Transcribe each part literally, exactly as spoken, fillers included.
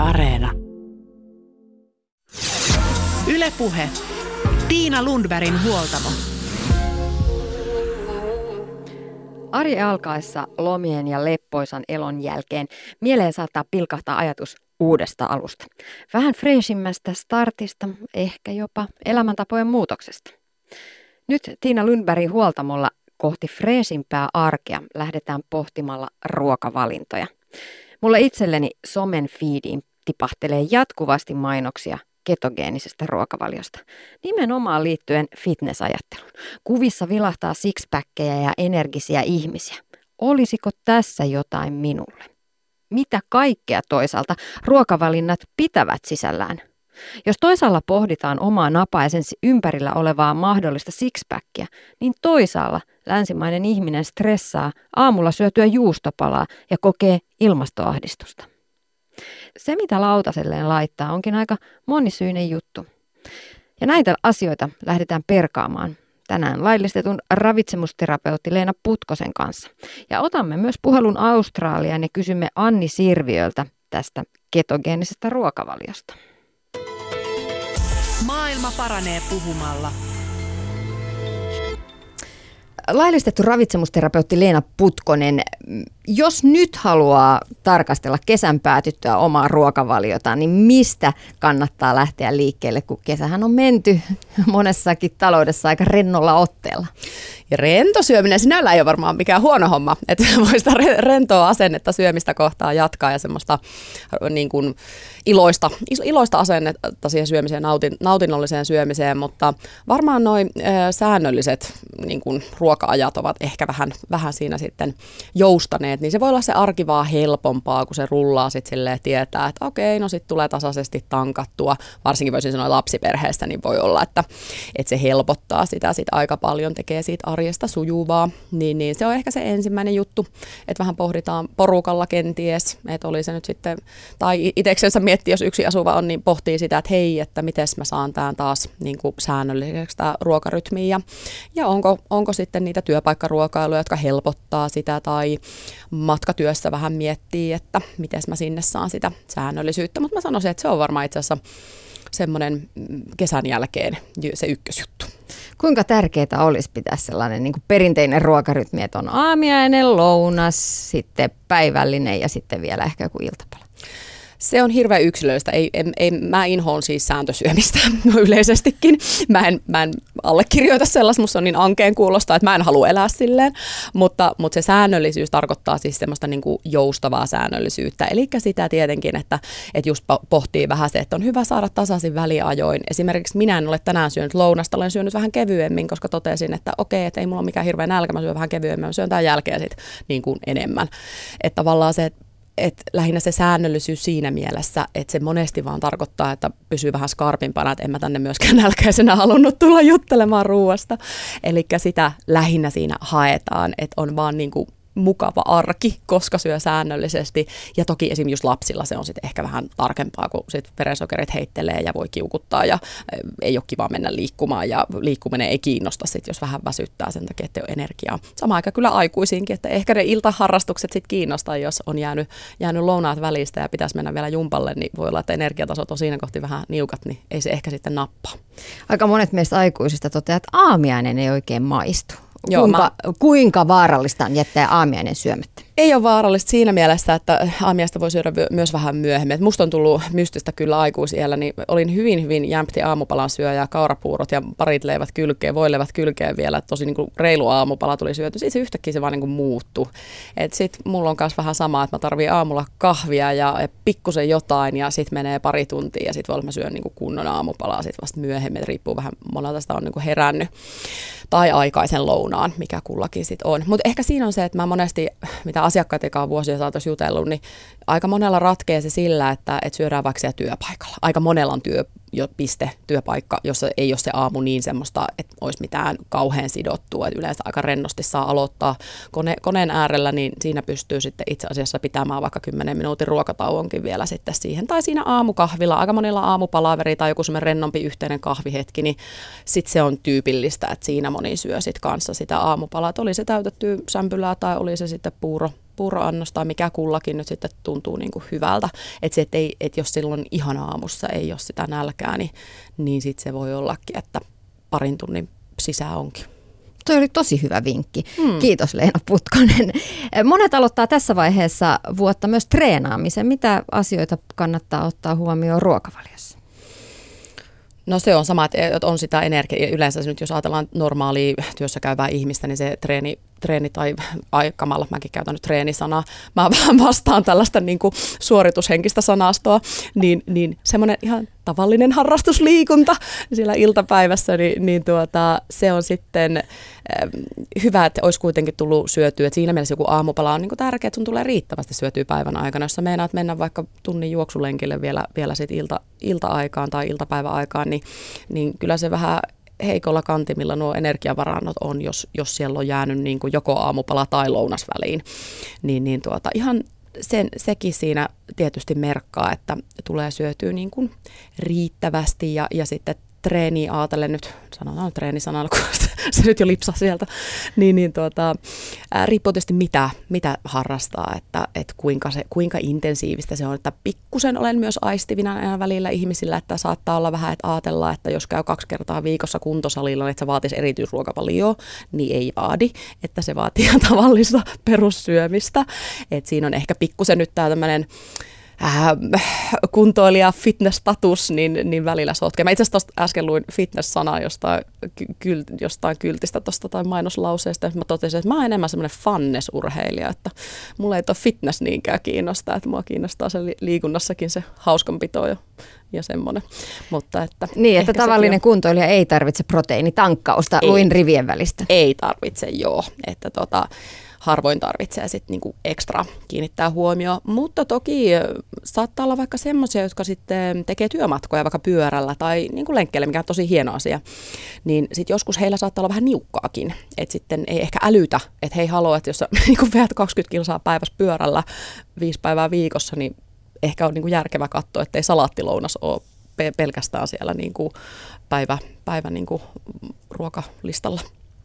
Areena. Yle Puhe. Tiina Lundbergin huoltamo. Arjen alkaessa lomien ja leppoisan elon jälkeen mieleen saattaa pilkahtaa ajatus uudesta alusta. Vähän freeshimmästä startista, ehkä jopa elämäntapojen muutoksesta. Nyt Tiina Lundbergin huoltamolla kohti freeshimpää arkea lähdetään pohtimalla ruokavalintoja. Mulle itselleni somen feediin tipahtelee jatkuvasti mainoksia ketogeenisestä ruokavaliosta. Nimenomaan liittyen fitnessajatteluun. Kuvissa vilahtaa sixpackkejä ja energisiä ihmisiä. Olisiko tässä jotain minulle? Mitä kaikkea toisaalta ruokavalinnat pitävät sisällään? Jos toisaalla pohditaan omaa napaa ja sen ympärillä olevaa mahdollista sixpackia, niin toisaalla länsimainen ihminen stressaa aamulla syötyä juustopalaa ja kokee ilmastoahdistusta. Se, mitä lautaselleen laittaa, onkin aika monisyinen juttu. Ja näitä asioita lähdetään perkaamaan tänään laillistetun ravitsemusterapeutti Leena Putkosen kanssa. Ja otamme myös puhelun Australiaan ja kysymme Anni Sirviöltä tästä ketogeenisestä ruokavaliosta. Maailma paranee puhumalla. Laillistettu ravitsemusterapeutti Leena Putkonen, jos nyt haluaa tarkastella kesän päätyttyä omaa ruokavaliotaan, niin mistä kannattaa lähteä liikkeelle, kun kesähän on menty monessakin taloudessa aika rennolla otteella? Ja rentosyöminen sinällään ei ole varmaan mikään huono homma, että voi sitä rentoa asennetta syömistä kohtaan jatkaa ja semmoista niin kuin iloista, iloista asennetta siihen syömiseen, nautin, nautinnolliseen syömiseen, mutta varmaan noin säännölliset niin kuin ruoka-ajat ovat ehkä vähän, vähän siinä sitten joustaneet, niin se voi olla se arki vaan helpompaa, kun se rullaa sitten silleen tietää, että okei, no sitten tulee tasaisesti tankattua, varsinkin voisin sanoa lapsiperheestä, niin voi olla, että, että se helpottaa sitä sit aika paljon, tekee siitä arjesta sujuvaa, niin, niin se on ehkä se ensimmäinen juttu, että vähän pohditaan porukalla kenties, että oli se nyt sitten, tai itseksensä miettii, jos yksi asuva on, niin pohtii sitä, että hei, että miten mä saan tämän taas niin kuin säännölliseksi tämä ruokarytmiä, ja, ja onko, onko sitten niitä työpaikkaruokailuja, jotka helpottaa sitä, tai matkatyössä vähän miettii, että miten mä sinne saan sitä säännöllisyyttä, mutta mä sanoisin, että se on varmaan itse asiassa semmoinen kesän jälkeen se ykkösjuttu. Kuinka tärkeää olisi pitää sellainen niin kuin perinteinen ruokarytmi, että on aamiainen, lounas, sitten päivällinen ja sitten vielä ehkä joku iltapala? Se on hirveän yksilöllistä. Ei, ei, ei, mä inhoon siis sääntösyömistä yleisestikin. Mä en, mä en allekirjoita sellaista, musta on niin ankeen kuulostaa, että mä en halua elää silleen. Mutta, mutta se säännöllisyys tarkoittaa siis semmoista niin kuin joustavaa säännöllisyyttä. Eli sitä tietenkin, että, että just pohtii vähän se, että on hyvä saada tasaisin väliajoin. Esimerkiksi minä en ole tänään syönyt lounasta, olen syönyt vähän kevyemmin, koska totesin, että okei, että ei mulla ole mikään hirveä nälkä, mä syön vähän kevyemmin, mä syön tämän jälkeen sit niin kuin enemmän. Että tavallaan se, että lähinnä se säännöllisyys siinä mielessä, että se monesti vaan tarkoittaa, että pysyy vähän skarpimpana, että en mä tänne myöskään nälkäisenä halunnut tulla juttelemaan ruuasta. Eli sitä lähinnä siinä haetaan, että on vaan niin kuin mukava arki, koska syö säännöllisesti. Ja toki esimerkiksi just lapsilla se on sitten ehkä vähän tarkempaa, kun sit verensokerit heittelee ja voi kiukuttaa ja ei ole kiva mennä liikkumaan ja liikkuminen ei kiinnosta sit, jos vähän väsyttää sen takia, että ei ole energiaa. Sama aika kyllä aikuisiinkin, että ehkä ne iltaharrastukset sit kiinnostaa, jos on jäänyt, jäänyt lounaat välistä ja pitäisi mennä vielä jumpalle, niin voi olla, että energiatasot on siinä kohti vähän niukat, niin ei se ehkä sitten nappaa. Aika monet meistä aikuisista toteaa, että aamiainen ei oikein maistu. Joo, kuinka, mä... kuinka vaarallista on jättää aamiainen syömättä? Ei ole vaarallista siinä mielessä, että aamiaista voi syödä myös vähän myöhemmin. Et musta on tullut mystistä kyllä aikuisiellä, niin olin hyvin, hyvin jämpti aamupalan syöjä, kaurapuurot ja parit leivät kylkeen, voileivät kylkeen vielä. Tosi niin kuin reilu aamupala tuli syöty. Siis yhtäkkiä se vaan niin kuin muuttui. Sitten mulla on myös vähän sama, että mä tarviin aamulla kahvia ja, ja pikkusen jotain ja sitten menee pari tuntia ja sitten voi olla, mä syön niin kuin kunnon aamupalaa sitten vasta myöhemmin. Et riippuu vähän, monelta sitä on niin kuin herännyt. Tai aikaisen lounaan, mikä kullakin sitten on. Mutta ehkä siinä on se, että mä monesti, mitä asiakkaat eka vuosia saatossa jutellut, niin aika monella ratkee se sillä, että, että syödään vaikka siellä työpaikalla. Aika monella on työ, jo piste, työpaikka, jossa ei ole se aamu niin semmoista, että olisi mitään kauhean sidottua. Että yleensä aika rennosti saa aloittaa kone, koneen äärellä, niin siinä pystyy sitten itse asiassa pitämään vaikka kymmenen minuutin ruokatauonkin vielä sitten siihen. Tai siinä aamukahvilla, aika monilla aamupalaveri tai joku semmoinen rennompi yhteinen kahvihetki, niin sitten se on tyypillistä, että siinä moni syö sitten kanssa sitä aamupalaa. Että oli se täytettyä sämpylää tai oli se sitten puuro, puuroannosta, mikä kullakin nyt sitten tuntuu niin kuin hyvältä. Että et ei, et jos silloin ihan aamussa ei ole sitä nälkää, niin, niin sitten se voi ollakin, että parin tunnin sisään onkin. Toi oli tosi hyvä vinkki. Hmm. Kiitos Leena Putkonen. Monet aloittaa tässä vaiheessa vuotta myös treenaamisen. Mitä asioita kannattaa ottaa huomioon ruokavaliossa? No se on sama, että on sitä energiaa. Yleensä nyt jos ajatellaan normaalia työssä käyvää ihmistä, niin se treeni, treeni tai aikamalla, mäkin käytän nyt treenisanaa, mä vähän vastaan tällaista niin kuin suoritushenkistä sanastoa, niin, niin semmoinen ihan tavallinen harrastusliikunta siellä iltapäivässä, niin, niin tuota, se on sitten äh, hyvä, että olisi kuitenkin tullut syötyä. Et siinä mielessä joku aamupala on niin kuin tärkeää, että sun tulee riittävästi syötyä päivän aikana. Jos sä meinaat mennä vaikka tunnin juoksulenkille vielä, vielä sit ilta, ilta-aikaan tai iltapäiväaikaan, niin, niin kyllä se vähän heikolla kantimilla nuo energiavarannot on, jos, jos siellä on jäänyt niin kuin joko aamupala tai lounas väliin. Niin, niin tuota, ihan sen, sekin siinä tietysti merkkaa, että tulee syötyä niin kuin riittävästi ja, ja sitten treeniä ajatellen nyt, sanotaan treenisanalla, kun se nyt jo lipsaa sieltä, niin, niin tuota, ää, riippuu tietysti mitä, mitä harrastaa, että, että kuinka, se, kuinka intensiivistä se on, että pikkusen olen myös aistivina aina välillä ihmisillä, että saattaa olla vähän, että ajatellaan, että jos käy kaksi kertaa viikossa kuntosalilla, niin että se vaatisi erityisruokavalioa, niin ei vaadi, että se vaatii ihan tavallista perussyömistä, että siinä on ehkä pikkusen nyt tämä tämmöinen Äh, kuntoilija fitness-status, niin, niin välillä sotkee. Mä itse asiassa äsken luin fitness-sanaa jostain, kyl, jostain kyltistä tosta tai mainoslauseesta. Mä totesin, että mä oon enemmän semmoinen fannesurheilija, että mulla ei tuo fitness niinkään kiinnostaa, että mua kiinnostaa se liikunnassakin se hauskanpito ja, ja semmoinen. Mutta että niin, että tavallinen kuntoilija ei tarvitse proteiinitankkausta, ei, luin rivien välistä. Ei tarvitse, joo. Että tota, harvoin tarvitsee sitten niinku ekstra kiinnittää huomioon, mutta toki saattaa olla vaikka semmoisia, jotka sitten tekee työmatkoja vaikka pyörällä tai niinku lenkkeellä, mikä on tosi hieno asia, niin sitten joskus heillä saattaa olla vähän niukkaakin, että sitten ei ehkä älytä, että hei haloo, että jos sä niinku veät kaksikymmentä kilsaa päivässä pyörällä viisi päivää viikossa, niin ehkä on niinku järkevä katsoa, ettei salaattilounas ole pelkästään siellä niinku päivä, päivä niinku ruokalistalla.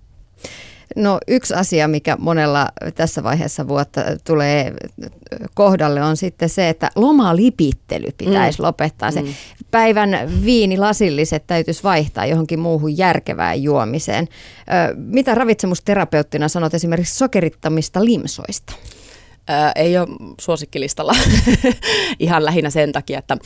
No yksi asia, mikä monella tässä vaiheessa vuotta tulee kohdalle, on sitten se, että lomalipittely pitäisi mm. lopettaa. Se mm. päivän viinilasilliset täytyisi vaihtaa johonkin muuhun järkevään juomiseen. Ö, mitä ravitsemusterapeuttina sanot esimerkiksi sokerittamista limsoista? Ää, ei ole suosikkilistalla ihan lähinnä sen takia, että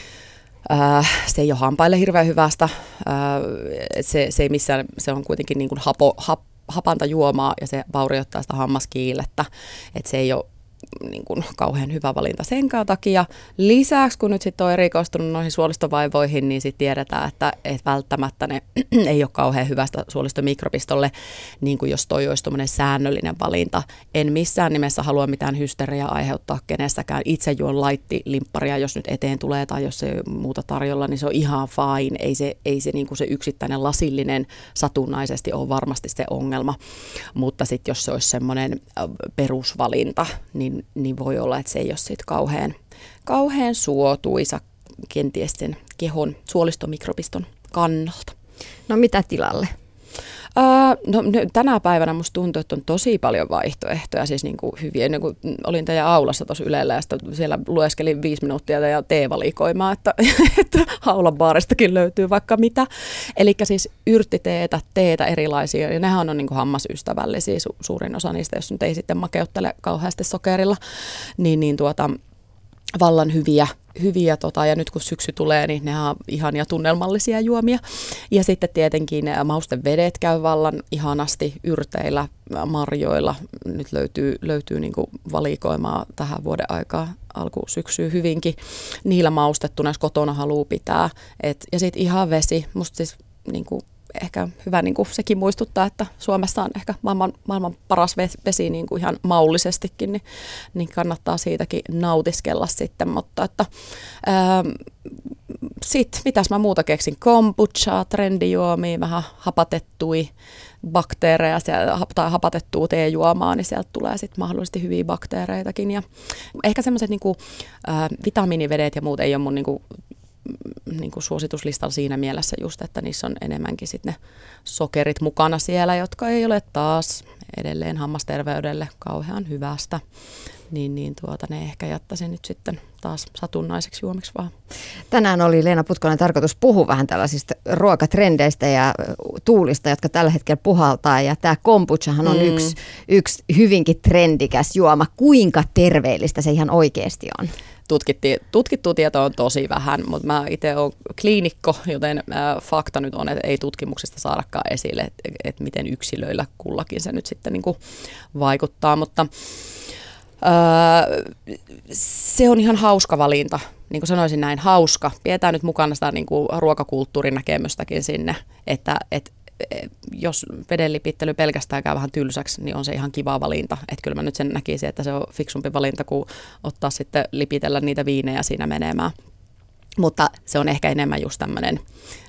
ää, se ei ole hampaille hirveän hyvästä. Ää, se, se, ei missään, se on kuitenkin niin kuin hapo, hap, hapanta juomaa ja se vaurioittaa sitä hammaskiilettä, että se ei ole niin kuin kauhean hyvä valinta senkään takia. Lisäksi kun nyt sitten on erikoistunut noihin suolistovaivoihin, niin sitten tiedetään, että, että välttämättä ne ei ole kauhean hyvästä suolistomikrobistolle, niin kuin jos toi olisi tuommoinen säännöllinen valinta. En missään nimessä halua mitään hysteriaa aiheuttaa kenessäkään. Itse juon laittilimpparia, jos nyt eteen tulee tai jos ei muuta tarjolla, niin se on ihan fine. Ei se, ei se, niin kuin se yksittäinen lasillinen satunnaisesti ole varmasti se ongelma, mutta sitten jos se olisi semmoinen perusvalinta, niin niin voi olla, että se ei ole siitä kauhean, kauhean suotuisa kenties sen kehon suolistomikrobiston kannalta. No mitä tilalle? Öö, no, tänä päivänä musta tuntuu, että on tosi paljon vaihtoehtoja, siis niin kuin hyviä. Niin kuin olin teidän aulassa tuossa Ylellä ja siellä lueskelin viisi minuuttia teidän teevalikoimaa, että, että aulan baaristakin löytyy vaikka mitä. Eli siis yrttiteetä, teetä erilaisia, ja nehän on niin kuin hammasystävällisiä, su- suurin osa niistä, jos nyt ei sitten makeuttele kauheasti sokerilla, niin, niin tuota, vallan hyviä. hyviä tota, ja nyt kun syksy tulee, niin ne on ihania tunnelmallisia juomia. Ja sitten tietenkin maustevedet käy vallan ihanasti yrteillä, marjoilla. Nyt löytyy, löytyy niin kuin valikoimaa tähän vuoden aikaan alkusyksyyn hyvinkin. Niillä maustettuna, jos kotona haluaa pitää. Et, ja sitten ihan vesi. Musta siis niin kuin ehkä hyvä niin kuin sekin muistuttaa, että Suomessa on ehkä maailman, maailman paras vesi niin kuin ihan maullisestikin, niin, niin kannattaa siitäkin nautiskella sitten. Mutta että, ää, sit, mitäs mä muuta keksin? Kombuchaa, trendijuomia, vähän hapatettui bakteereja tai hapatettua teejuomaa, niin sieltä tulee sitten mahdollisesti hyviä bakteereitakin. Ja ehkä semmoiset niin kuin ää, vitamiinivedet ja muut ei ole mun niin kuin niin kuin suosituslistalla siinä mielessä just, että niissä on enemmänkin sitten ne sokerit mukana siellä, jotka ei ole taas edelleen hammasterveydelle kauhean hyvästä. Niin, niin tuota, ne ehkä jättäisin nyt sitten taas satunnaiseksi juomiksi vaan. Tänään oli Leena Putkonen tarkoitus puhua vähän tällaisista ruokatrendeistä ja tuulista, jotka tällä hetkellä puhaltaa. Ja tämä kombuchahan on mm. yksi, yksi hyvinkin trendikäs juoma. Kuinka terveellistä se ihan oikeasti on? Tutkittua tietoa on tosi vähän, mutta mä itse olen kliinikko, joten äh, fakta nyt on, että ei tutkimuksista saadakaan esille, että et miten yksilöillä kullakin se nyt sitten niin kuin vaikuttaa, mutta Öö, se on ihan hauska valinta, niin kuin sanoisin näin, hauska. Pidetään nyt mukana sitä niin kuin ruokakulttuurin näkemystäkin sinne, että et, jos veden lipittely pelkästään käy vähän tylsäksi, niin on se ihan kiva valinta. Että kyllä mä nyt sen näkisin, että se on fiksumpi valinta kuin ottaa sitten lipitellä niitä viinejä siinä menemään. Mutta se on ehkä enemmän just tämmöinen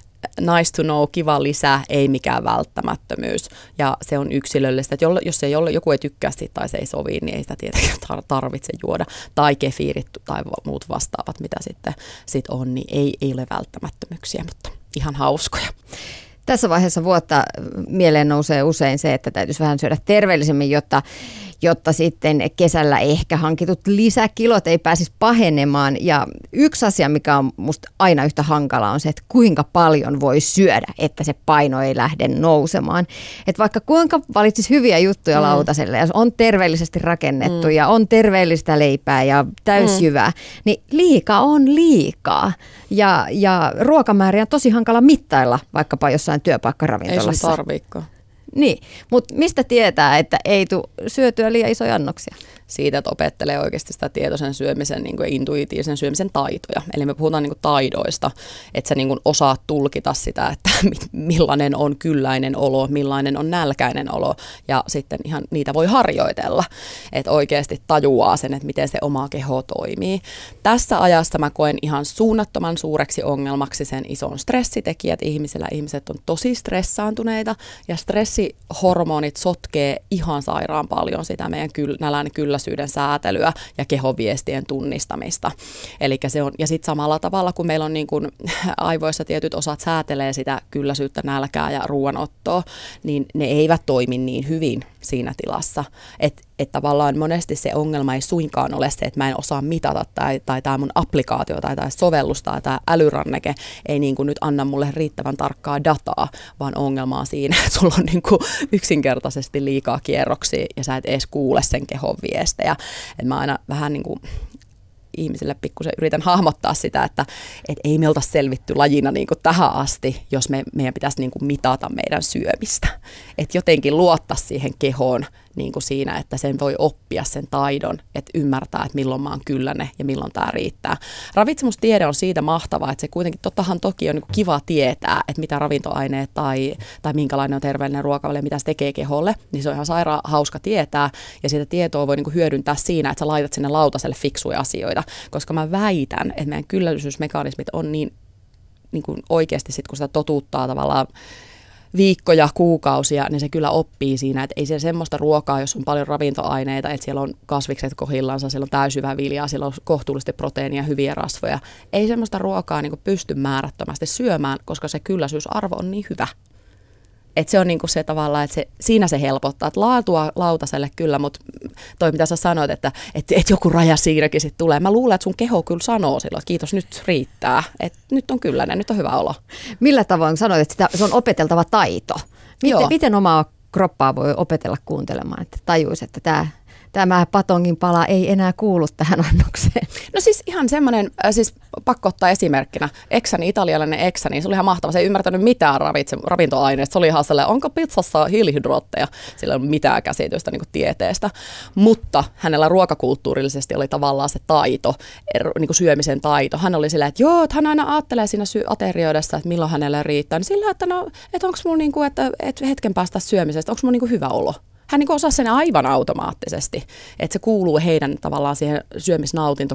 nice to know, kiva lisä, ei mikään välttämättömyys. Ja se on yksilöllistä, että jos ei ole, joku ei tykkää siitä tai se ei sovi, niin ei sitä tietenkään tarvitse juoda. Tai kefiirit tai muut vastaavat, mitä sitten sit on, niin ei, ei ole välttämättömyyksiä, mutta ihan hauskoja. Tässä vaiheessa vuotta mieleen nousee usein se, että täytyisi vähän syödä terveellisemmin, jotta, jotta sitten kesällä ehkä hankitut lisäkilot ei pääsisi pahenemaan. Ja yksi asia, mikä on musta aina yhtä hankala, on se, että kuinka paljon voi syödä, että se paino ei lähde nousemaan. Että vaikka kuinka valitsisi hyviä juttuja mm. lautaselle, ja on terveellisesti rakennettu mm. ja on terveellistä leipää ja täysjyvää, mm. niin liika on liikaa. Ja, ja ruokamääriä on tosi hankala mittailla vaikkapa jossain työpaikkaravintolassa. Ei sun tarviikaan. Niin, mutta mistä tietää, että ei tule syötyä liian isoja annoksia? Siitä, että opettelee oikeasti sitä tietoisen syömisen, niin kuin intuitiivisen syömisen taitoja. Eli me puhutaan niin kuin taidoista, että sä niin kuin osaat tulkita sitä, että millainen on kylläinen olo, millainen on nälkäinen olo, ja sitten ihan niitä voi harjoitella, että oikeasti tajuaa sen, että miten se oma keho toimii. Tässä ajassa mä koen ihan suunnattoman suureksi ongelmaksi sen ison stressitekijät ihmisillä. Ihmiset on tosi stressaantuneita, ja stressihormonit sotkee ihan sairaan paljon sitä meidän kyl- nälän kyllä säätelyä ja kehoviestien tunnistamista. Elikkä se on, ja sitten samalla tavalla, kun meillä on niin kun aivoissa tietyt osat säätelee sitä kylläisyyttä, nälkää ja ruoanottoa, niin ne eivät toimi niin hyvin siinä tilassa. Että et tavallaan monesti se ongelma ei suinkaan ole se, että mä en osaa mitata tai, tai tämä mun applikaatio tai tämä sovellus tai tämä älyranneke ei niin kuin nyt anna mulle riittävän tarkkaa dataa, vaan ongelma on siinä, että sulla on niin kuin yksinkertaisesti liikaa kierroksia ja sä et edes kuule sen kehon viestejä. Et mä aina vähän niin kuin ihmisille pikkusen yritän hahmottaa sitä, että et ei me olta selvitty lajina niin kuin tähän asti, jos me, meidän pitäisi niin kuin mitata meidän syömistä. Että jotenkin luottaa siihen kehoon niin kuin siinä, että sen voi oppia sen taidon, että ymmärtää, että milloin mä oon kylläne ja milloin tämä riittää. Ravitsemustiede on siitä mahtavaa, että se kuitenkin, tottahan toki on niin kuin kiva tietää, että mitä ravintoaineet tai, tai minkälainen on terveellinen ruokavalio, mitä se tekee keholle, niin se on ihan sairaan hauska tietää, ja sitä tietoa voi niin kuin hyödyntää siinä, että sä laitat sinne lautaselle fiksuja asioita, koska mä väitän, että meidän kylläisyysmekanismit on niin, niin kuin oikeasti sit, kun sitä totuuttaa tavallaan viikkoja, kuukausia, niin se kyllä oppii siinä, että ei se semmoista ruokaa, jos on paljon ravintoaineita, että siellä on kasvikset kohillansa, siellä on täysjyvää viljaa, siellä on kohtuullisesti proteiinia, hyviä rasvoja. Ei semmoista ruokaa niin kuin pysty määrättömästi syömään, koska se kylläisyysarvo on niin hyvä. Että se on niinku se tavallaan, että se, siinä se helpottaa, että laatua lautaselle kyllä, mutta toi mitä sä sanoit, että et, et joku raja siinäkin sitten tulee. Mä luulen, että sun keho kyllä sanoo silloin, että kiitos, nyt riittää, että nyt on kylläinen, nyt on hyvä olo. Millä tavoin sanoit, että sitä, se on opeteltava taito? Miten, miten omaa kroppaa voi opetella kuuntelemaan, että tajuisi, että tämä... Tämä patongin pala ei enää kuulu tähän annokseen. No siis ihan semmoinen, siis pakko ottaa esimerkkinä. Eksani, italialainen eksani, se oli ihan mahtava. Se ei ymmärtänyt mitään ravitse, ravintoaineista. Se oli ihan sellainen, onko pizzassa hiilihydraatteja? Sillä ei ole mitään käsitystä niin kuin tieteestä. Mutta hänellä ruokakulttuurillisesti oli tavallaan se taito, niin kuin syömisen taito. Hän oli sillä, että joo, että hän aina ajattelee siinä sy- aterioidessa, että milloin hänelle riittää. Niin sillä, että no, että onko mulla niin kuin, että, että hetken päästä syömisestä, onko mulla niin kuin hyvä olo? Hän niin osaa sen aivan automaattisesti, että se kuuluu heidän tavallaan siihen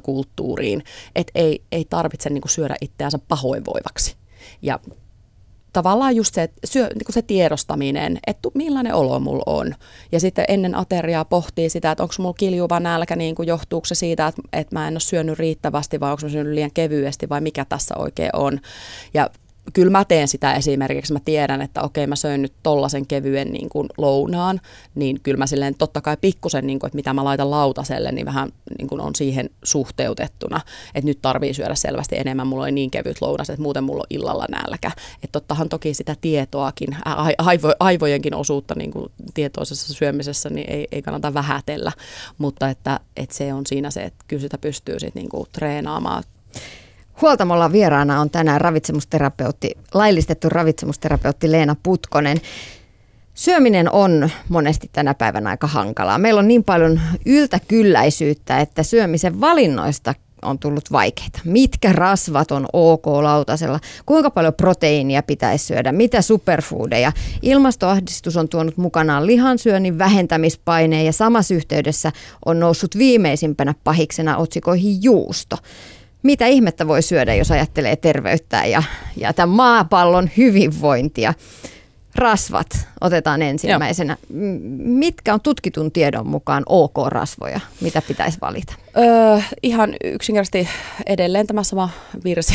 syömisnautintokulttuuriin, että ei, ei tarvitse niin syödä itseänsä pahoinvoivaksi. Ja tavallaan just se, että syö, niin kuin se tiedostaminen, että millainen olo mulla on. Ja sitten ennen ateriaa pohtii sitä, että onko mulla kiljuva nälkä, niin kuin johtuuko se siitä, että, että mä en ole syönyt riittävästi vai onko mä syönyt liian kevyesti vai mikä tässä oikein on. Ja kyllä mä teen sitä esimerkiksi, mä tiedän, että okei mä söin nyt tollasen kevyen niin kuin lounaan, niin kyllä mä silleen totta kai pikkusen, niin kuin, että mitä mä laitan lautaselle, niin vähän niin kuin on siihen suhteutettuna, että nyt tarvii syödä selvästi enemmän, mulla oli niin kevyt lounas, että muuten mulla on illalla nälkä. Että tottahan toki sitä tietoakin, aivo, aivojenkin osuutta niin kuin tietoisessa syömisessä, niin ei, ei kannata vähätellä, mutta että, että se on siinä se, että kyllä sitä pystyy sitten niin kuin treenaamaan. Huoltamolla vieraana on tänään ravitsemusterapeutti, laillistettu ravitsemusterapeutti Leena Putkonen. Syöminen on monesti tänä päivänä aika hankalaa. Meillä on niin paljon yltäkylläisyyttä, että syömisen valinnoista on tullut vaikeita. Mitkä rasvat on ok lautasella? Kuinka paljon proteiinia pitäisi syödä? Mitä superfoodeja? Ilmastoahdistus on tuonut mukanaan lihansyönnin vähentämispaineen ja samassa yhteydessä on noussut viimeisimpänä pahiksena otsikoihin juusto. Mitä ihmettä voi syödä, jos ajattelee terveyttä ja, ja tämän maapallon hyvinvointia? Rasvat otetaan ensimmäisenä. Joo. Mitkä on tutkitun tiedon mukaan ok-rasvoja? Mitä pitäisi valita? Öö, ihan yksinkertaisesti edelleen tämä sama virsi,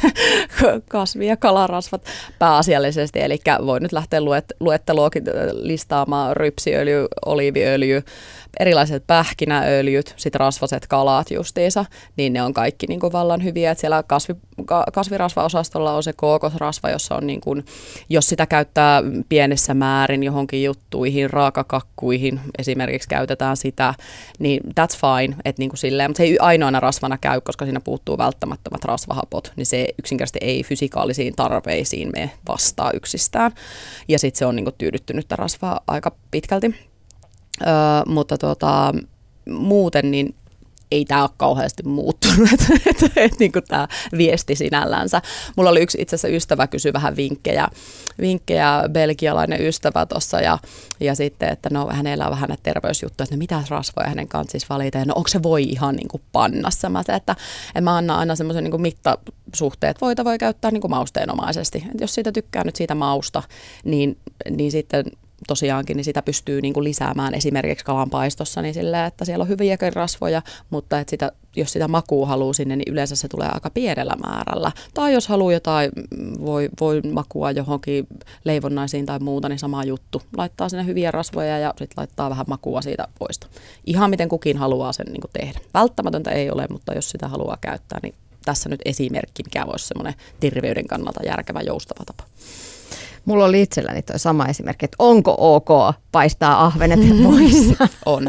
kasvi- ja kalarasvat pääasiallisesti. Eli voi nyt lähteä luet, luetteloakin listaamaan rypsiöljy, oliiviöljy, erilaiset pähkinäöljyt, sitten rasvaset kalat justiinsa, niin ne on kaikki niin kuin vallan hyviä. Et siellä kasvi, ka, kasvirasvaosastolla on se kookosrasva, jossa on niin kuin, jos sitä käyttää pienessä määrin johonkin juttuihin, raakakakkuihin esimerkiksi käytetään sitä, niin that's fine, että niin kuin silleen, mutta se ei ainoana rasvana käy, koska siinä puuttuu välttämättömät rasvahapot, niin se yksinkertaisesti ei fysikaalisiin tarpeisiin mene vastaa yksistään. Ja sitten se on niin kuin tyydyttynyttä rasvaa aika pitkälti. Öö, mutta tuota, muuten niin ei tämä ole kauheasti muuttunut, että et, et, et, niin tämä viesti sinällänsä. Mulla oli yksi itse asiassa ystävä kysyi vähän vinkkejä, vinkkejä belgialainen ystävä tuossa ja, ja sitten, että no hänellä on vähän näitä terveysjuttuja, että no mitä rasvoja hänen kanssa siis valita ja no onko se voi ihan niin kuin pannassa. Mä se, että, että mä annan aina semmoisen niin kuin mittasuhteet, voita voi käyttää niin kuin mausteenomaisesti. Et jos siitä tykkää nyt siitä mausta, niin, niin sitten tosiaankin niin sitä pystyy niin kuin lisäämään esimerkiksi kalanpaistossa niin sillä, että siellä on hyviäkin rasvoja, mutta että sitä, jos sitä makua haluaa sinne, niin yleensä se tulee aika pienellä määrällä. Tai jos haluaa jotain, voi, voi makua johonkin leivonnaisiin tai muuta, niin sama juttu. Laittaa sinne hyviä rasvoja ja sitten laittaa vähän makua siitä poista. Ihan miten kukin haluaa sen niin kuin tehdä. Välttämätöntä ei ole, mutta jos sitä haluaa käyttää, niin tässä nyt esimerkki, mikä voisi semmoinen terveyden kannalta järkevä joustava tapa. Mulla oli itselläni tuo sama esimerkki, että onko ok paistaa ahvenet voissa? On.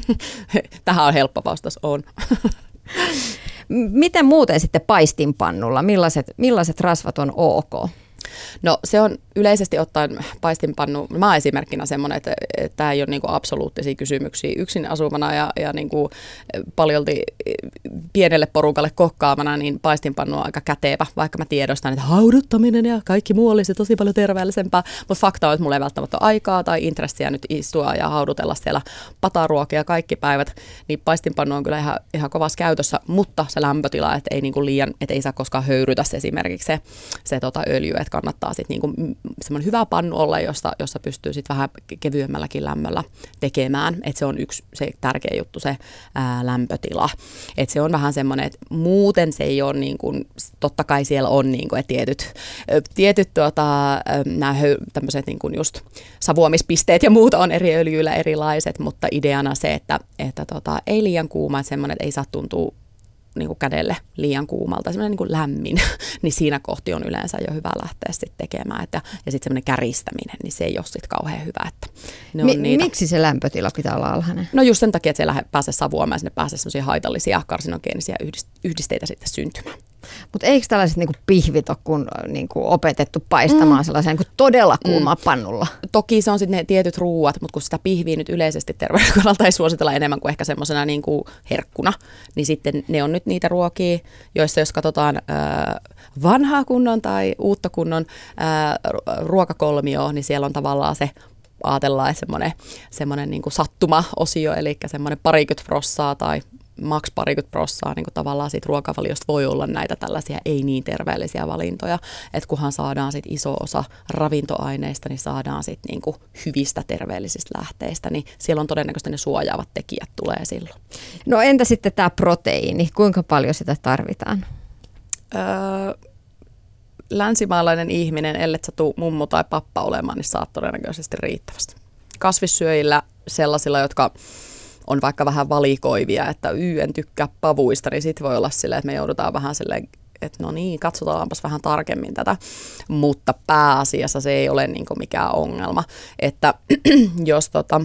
Tähän on helppo vastaus, on. Miten muuten sitten paistinpannulla? Millaiset, millaiset rasvat on ok? No se on yleisesti ottaen paistinpannu, mä oon esimerkkinä semmoinen, että, että tämä ei ole niinku absoluuttisia kysymyksiä yksin asuvana ja, ja niinku paljolti pienelle porukalle kokkaamana, niin paistinpannu on aika kätevä, vaikka mä tiedostan, että hauduttaminen ja kaikki muu olisi tosi paljon terveellisempää, mutta fakta on, että mulla ei välttämättä ole aikaa tai intressiä nyt istua ja haudutella siellä pataruokia kaikki päivät, niin paistinpannu on kyllä ihan, ihan kovassa käytössä, mutta se lämpötila, että ei, niinku liian, että ei saa koskaan höyrytä se esimerkiksi se, se tota öljy, että kannattaa sitten niinku semmoinen hyvä pannu olla, jossa, jossa pystyy sitten vähän kevyemmälläkin lämmöllä tekemään. Että se on yksi se tärkeä juttu, se ää, lämpötila. Että se on vähän semmoinen, että muuten se ei ole niin kuin, totta kai siellä on niin kuin, että tietyt, tietyt tuota, nämä tämmöiset niin kuin just savuamispisteet ja muuta on eri öljyillä erilaiset, mutta ideana se, että, että tota, ei liian kuuma, että semmoinen, että ei saa tuntua niin kuin kädelle liian kuumalta, semmoinen niin kuin lämmin, niin siinä kohti on yleensä jo hyvä lähteä sitten tekemään. Että, ja sitten semmoinen käristäminen, niin se ei ole sitten kauhean hyvä. Että ne Mi- on niitä. Miksi se lämpötila pitää olla alhainen? No just sen takia, että siellä pääsee savuamaan ja sinne pääsee semmoisia haitallisia karsinogeenisia yhdisteitä sitten syntymään. Mutta eikö tällaiset niinku pihvit ole kun, niinku opetettu paistamaan mm. sellaisen niinku todella kuumaa mm. pannulla? Toki se on sitten ne tietyt ruuat, mutta kun sitä pihviä nyt yleisesti terveydenhuollolta ei suositella enemmän kuin ehkä semmoisena niinku herkkuna, niin sitten ne on nyt niitä ruokia, joissa jos katsotaan ää, vanhaa kunnon tai uutta kunnon ää, ruokakolmioon, niin siellä on tavallaan se ajatellaan, että semmoinen, semmoinen niin kuin sattuma-osio, eli semmoinen parikymmentä prossaa tai maks parikymmentä prossaa niin tavallaan siitä ruokavaliosta voi olla näitä tällaisia ei niin terveellisiä valintoja, että kunhan saadaan sit iso osa ravintoaineista, niin saadaan sit niin kuin hyvistä terveellisistä lähteistä, niin siellä on todennäköisesti ne suojaavat tekijät tulee silloin. No entä sitten tämä proteiini, kuinka paljon sitä tarvitaan? Öö, länsimaalainen ihminen, ellei sä tuu mummo tai pappa olemaan, niin saat todennäköisesti riittävästi. Kasvissyöjillä sellaisilla, jotka on vaikka vähän valikoivia, että y, en tykkää pavuista, niin sitten voi olla silleen, että me joudutaan vähän silleen, että no niin, katsotaanpas vähän tarkemmin tätä, mutta pääasiassa se ei ole niin kuin mikään ongelma, että jos tota,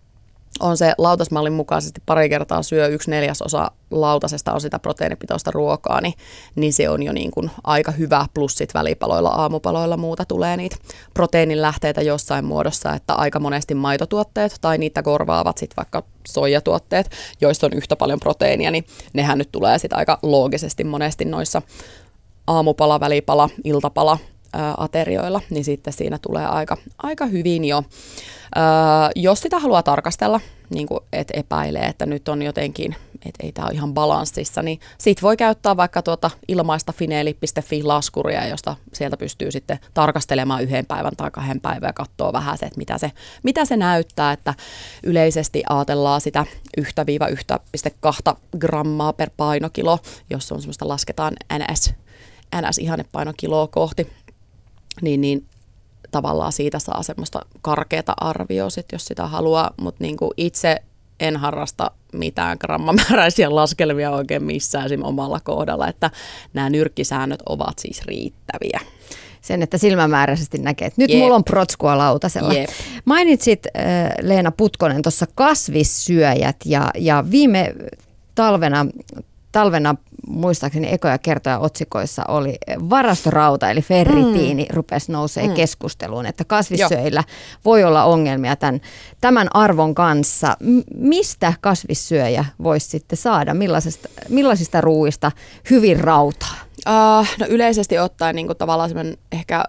on se lautasmallin mukaisesti pari kertaa syö yksi neljäsosa lautasesta on sitä proteiinipitoista ruokaa, niin, niin se on jo niin kuin aika hyvä, plus sit välipaloilla, aamupaloilla muuta tulee niitä proteiinilähteitä jossain muodossa, että aika monesti maitotuotteet tai niitä korvaavat sitten vaikka soijatuotteet, joissa on yhtä paljon proteiinia, niin nehän nyt tulee sitten aika loogisesti monesti noissa aamupala, välipala, iltapala, aterioilla, niin sitten siinä tulee aika, aika hyvin jo. Öö, jos sitä haluaa tarkastella, niin kuin et epäilee, että nyt on jotenkin, että ei tämä ole ihan balanssissa, niin sit voi käyttää vaikka tuota ilmaista fineeli piste fi-laskuria, josta sieltä pystyy sitten tarkastelemaan yhden päivän tai kahden päivän ja katsoa vähän se, että mitä se, mitä se näyttää, että yleisesti ajatellaan sitä yksi yksi pilkku kaksi grammaa per painokilo, jos on semmoista lasketaan ns, ns ihannepainokiloa kohti, niin, niin tavallaan siitä saa semmoista karkeata arvioa, sit, jos sitä haluaa, mutta niinku itse en harrasta mitään grammamääräisiä laskelmia oikein missään esim. Omalla kohdalla, että nämä nyrkkisäännöt ovat siis riittäviä. Sen, että silmämääräisesti näkee, että nyt Jep. mulla on protskua lautasella. Jep. Mainitsit äh, Leena Putkonen tuossa kasvissyöjät ja, ja viime talvena Talvena muistaakseni ekoja kertoja otsikoissa oli varastorauta, eli ferritiini mm. rupesi nousee mm. keskusteluun, että kasvissyöjillä jo. voi olla ongelmia tämän, tämän arvon kanssa. M- mistä kasvissyöjä voisi sitten saada? Millaisista, millaisista ruuista hyvin rautaa? Uh, no yleisesti ottaen niin kuin tavallaan semmoinen ehkä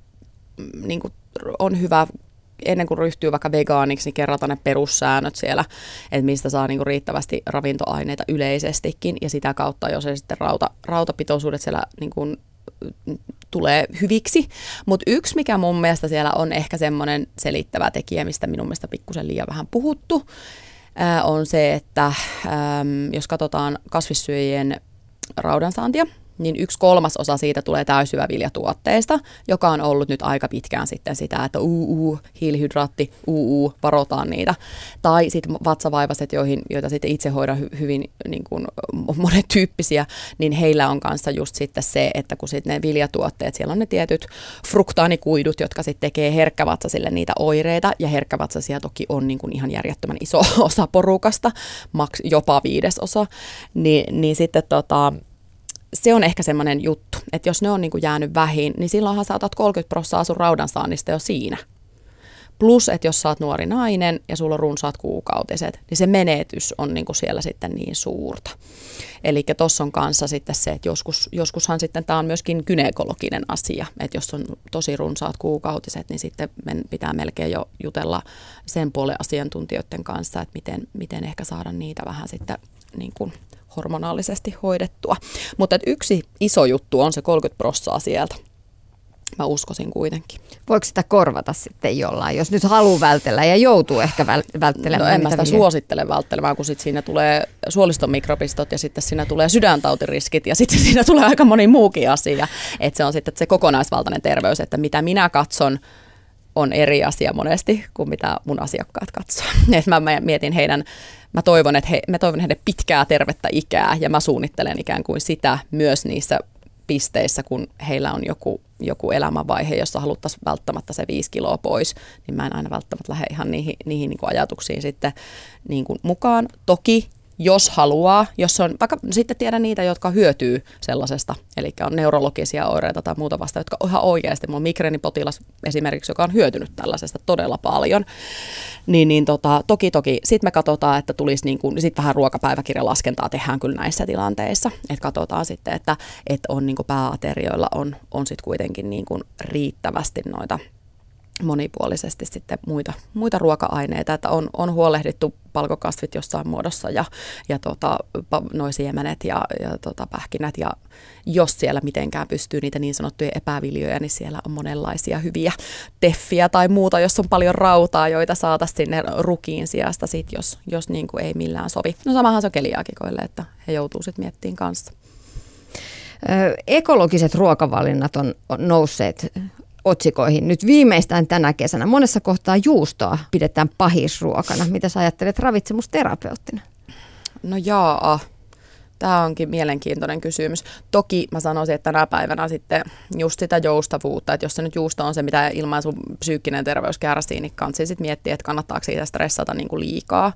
niin kuin on hyvä ennen kuin ryhtyy vaikka vegaaniksi, niin kerrata ne perussäännöt siellä, että mistä saa niinku riittävästi ravintoaineita yleisestikin, ja sitä kautta, jos se sitten rauta, rautapitoisuudet siellä niinku tulee hyviksi. Mutta yksi, mikä mun mielestä siellä on ehkä semmoinen selittävä tekijä, mistä minun mielestä pikkusen liian vähän puhuttu, ää, on se, että äm, jos katsotaan kasvissyöjien raudansaantia, niin yksi kolmas osa siitä tulee täysjyväviljatuotteista, joka on ollut nyt aika pitkään sitten sitä, että uu, uu hiilihydraatti, uu, uu, varotaan niitä. Tai sitten vatsavaivaiset, joihin, joita sitten itse hoidan hy, hyvin niin kuin monet tyyppisiä, niin heillä on kanssa just sitten se, että kun sitten ne viljatuotteet, siellä on ne tietyt fruktaanikuidut, jotka sitten tekee herkkävatsasille niitä oireita, ja herkkävatsasia toki on niin kuin ihan järjettömän iso osa porukasta, maks, jopa viidesosa, niin, niin sitten tota, se on ehkä semmoinen juttu, että jos ne on niinku jäänyt vähin, niin silloinhan sä otat kolmekymmentä prosenttia sun raudansaannista jo siinä. Plus, että jos sä oot nuori nainen ja sulla on runsaat kuukautiset, niin se menetys on niinku siellä sitten niin suurta. Eli tuossa on kanssa sitten se, että joskus, joskushan sitten tämä on myöskin gynekologinen asia, että jos on tosi runsaat kuukautiset, niin sitten pitää melkein jo jutella sen puolen asiantuntijoiden kanssa, että miten, miten ehkä saada niitä vähän sitten niin kuin hormonaalisesti hoidettua. Mutta yksi iso juttu on se kolmekymmentä prosenttia sieltä. Mä uskoisin kuitenkin. Voiko sitä korvata sitten jollain, jos nyt haluaa vältellä ja joutuu ehkä välttelemään? No en mä sitä suosittele välttelemään, kun sitten siinä tulee suoliston mikropistot ja sitten siinä tulee sydäntautiriskit ja sitten siinä tulee aika moni muukin asia. Että se on sitten se kokonaisvaltainen terveys, että mitä minä katson, on eri asia monesti kuin mitä mun asiakkaat katsoo. Et mä mietin heidän, mä toivon, että he, mä toivon heidän pitkää tervettä ikää ja mä suunnittelen ikään kuin sitä myös niissä pisteissä, kun heillä on joku, joku elämänvaihe, jossa haluttaisiin välttämättä se viisi kiloa pois, niin mä en aina välttämättä lähde ihan niihin, niihin niin kuin ajatuksiin sitten niin kuin mukaan. Toki jos haluaa, jos on, vaikka sitten tiedän niitä, jotka hyötyy sellaisesta, eli on neurologisia oireita tai muuta vasta, jotka on ihan oikeasti, mulla on migreenipotilas esimerkiksi, joka on hyötynyt tällaisesta todella paljon, niin, niin tota, toki toki, sitten me katsotaan, että tulisi niin kuin, sitten vähän ruokapäiväkirjalaskentaa tehdään kyllä näissä tilanteissa, että katsotaan sitten, että, että on niin kuin pääaterioilla on, on sitten kuitenkin niin kuin riittävästi noita monipuolisesti sitten muita, muita ruoka-aineita, että on, on huolehdittu palkokasvit jossain muodossa ja, ja tota, noi siemenet ja, ja tota, pähkinät ja jos siellä mitenkään pystyy niitä niin sanottuja epäviljoja, niin siellä on monenlaisia hyviä teffiä tai muuta, jos on paljon rautaa, joita saataisiin sinne rukiin sijasta sit, jos, jos niin kuin ei millään sovi. No samahan se on keliaakikoille, että he joutuu sitten miettimään kanssa. Ö, ekologiset ruokavalinnat on, on nousseet otsikoihin nyt viimeistään tänä kesänä. Monessa kohtaa juustoa pidetään pahisruokana. Mitä sä ajattelet ravitsemusterapeuttina? No jaa, tämä onkin mielenkiintoinen kysymys. Toki mä sanoisin, että tänä päivänä sitten just sitä joustavuutta, että jos se nyt juusto on se, mitä ilman sun psyykkinen terveys kärsii, niin kansi sitten miettiä, että kannattaako siitä stressata niin kuin liikaa.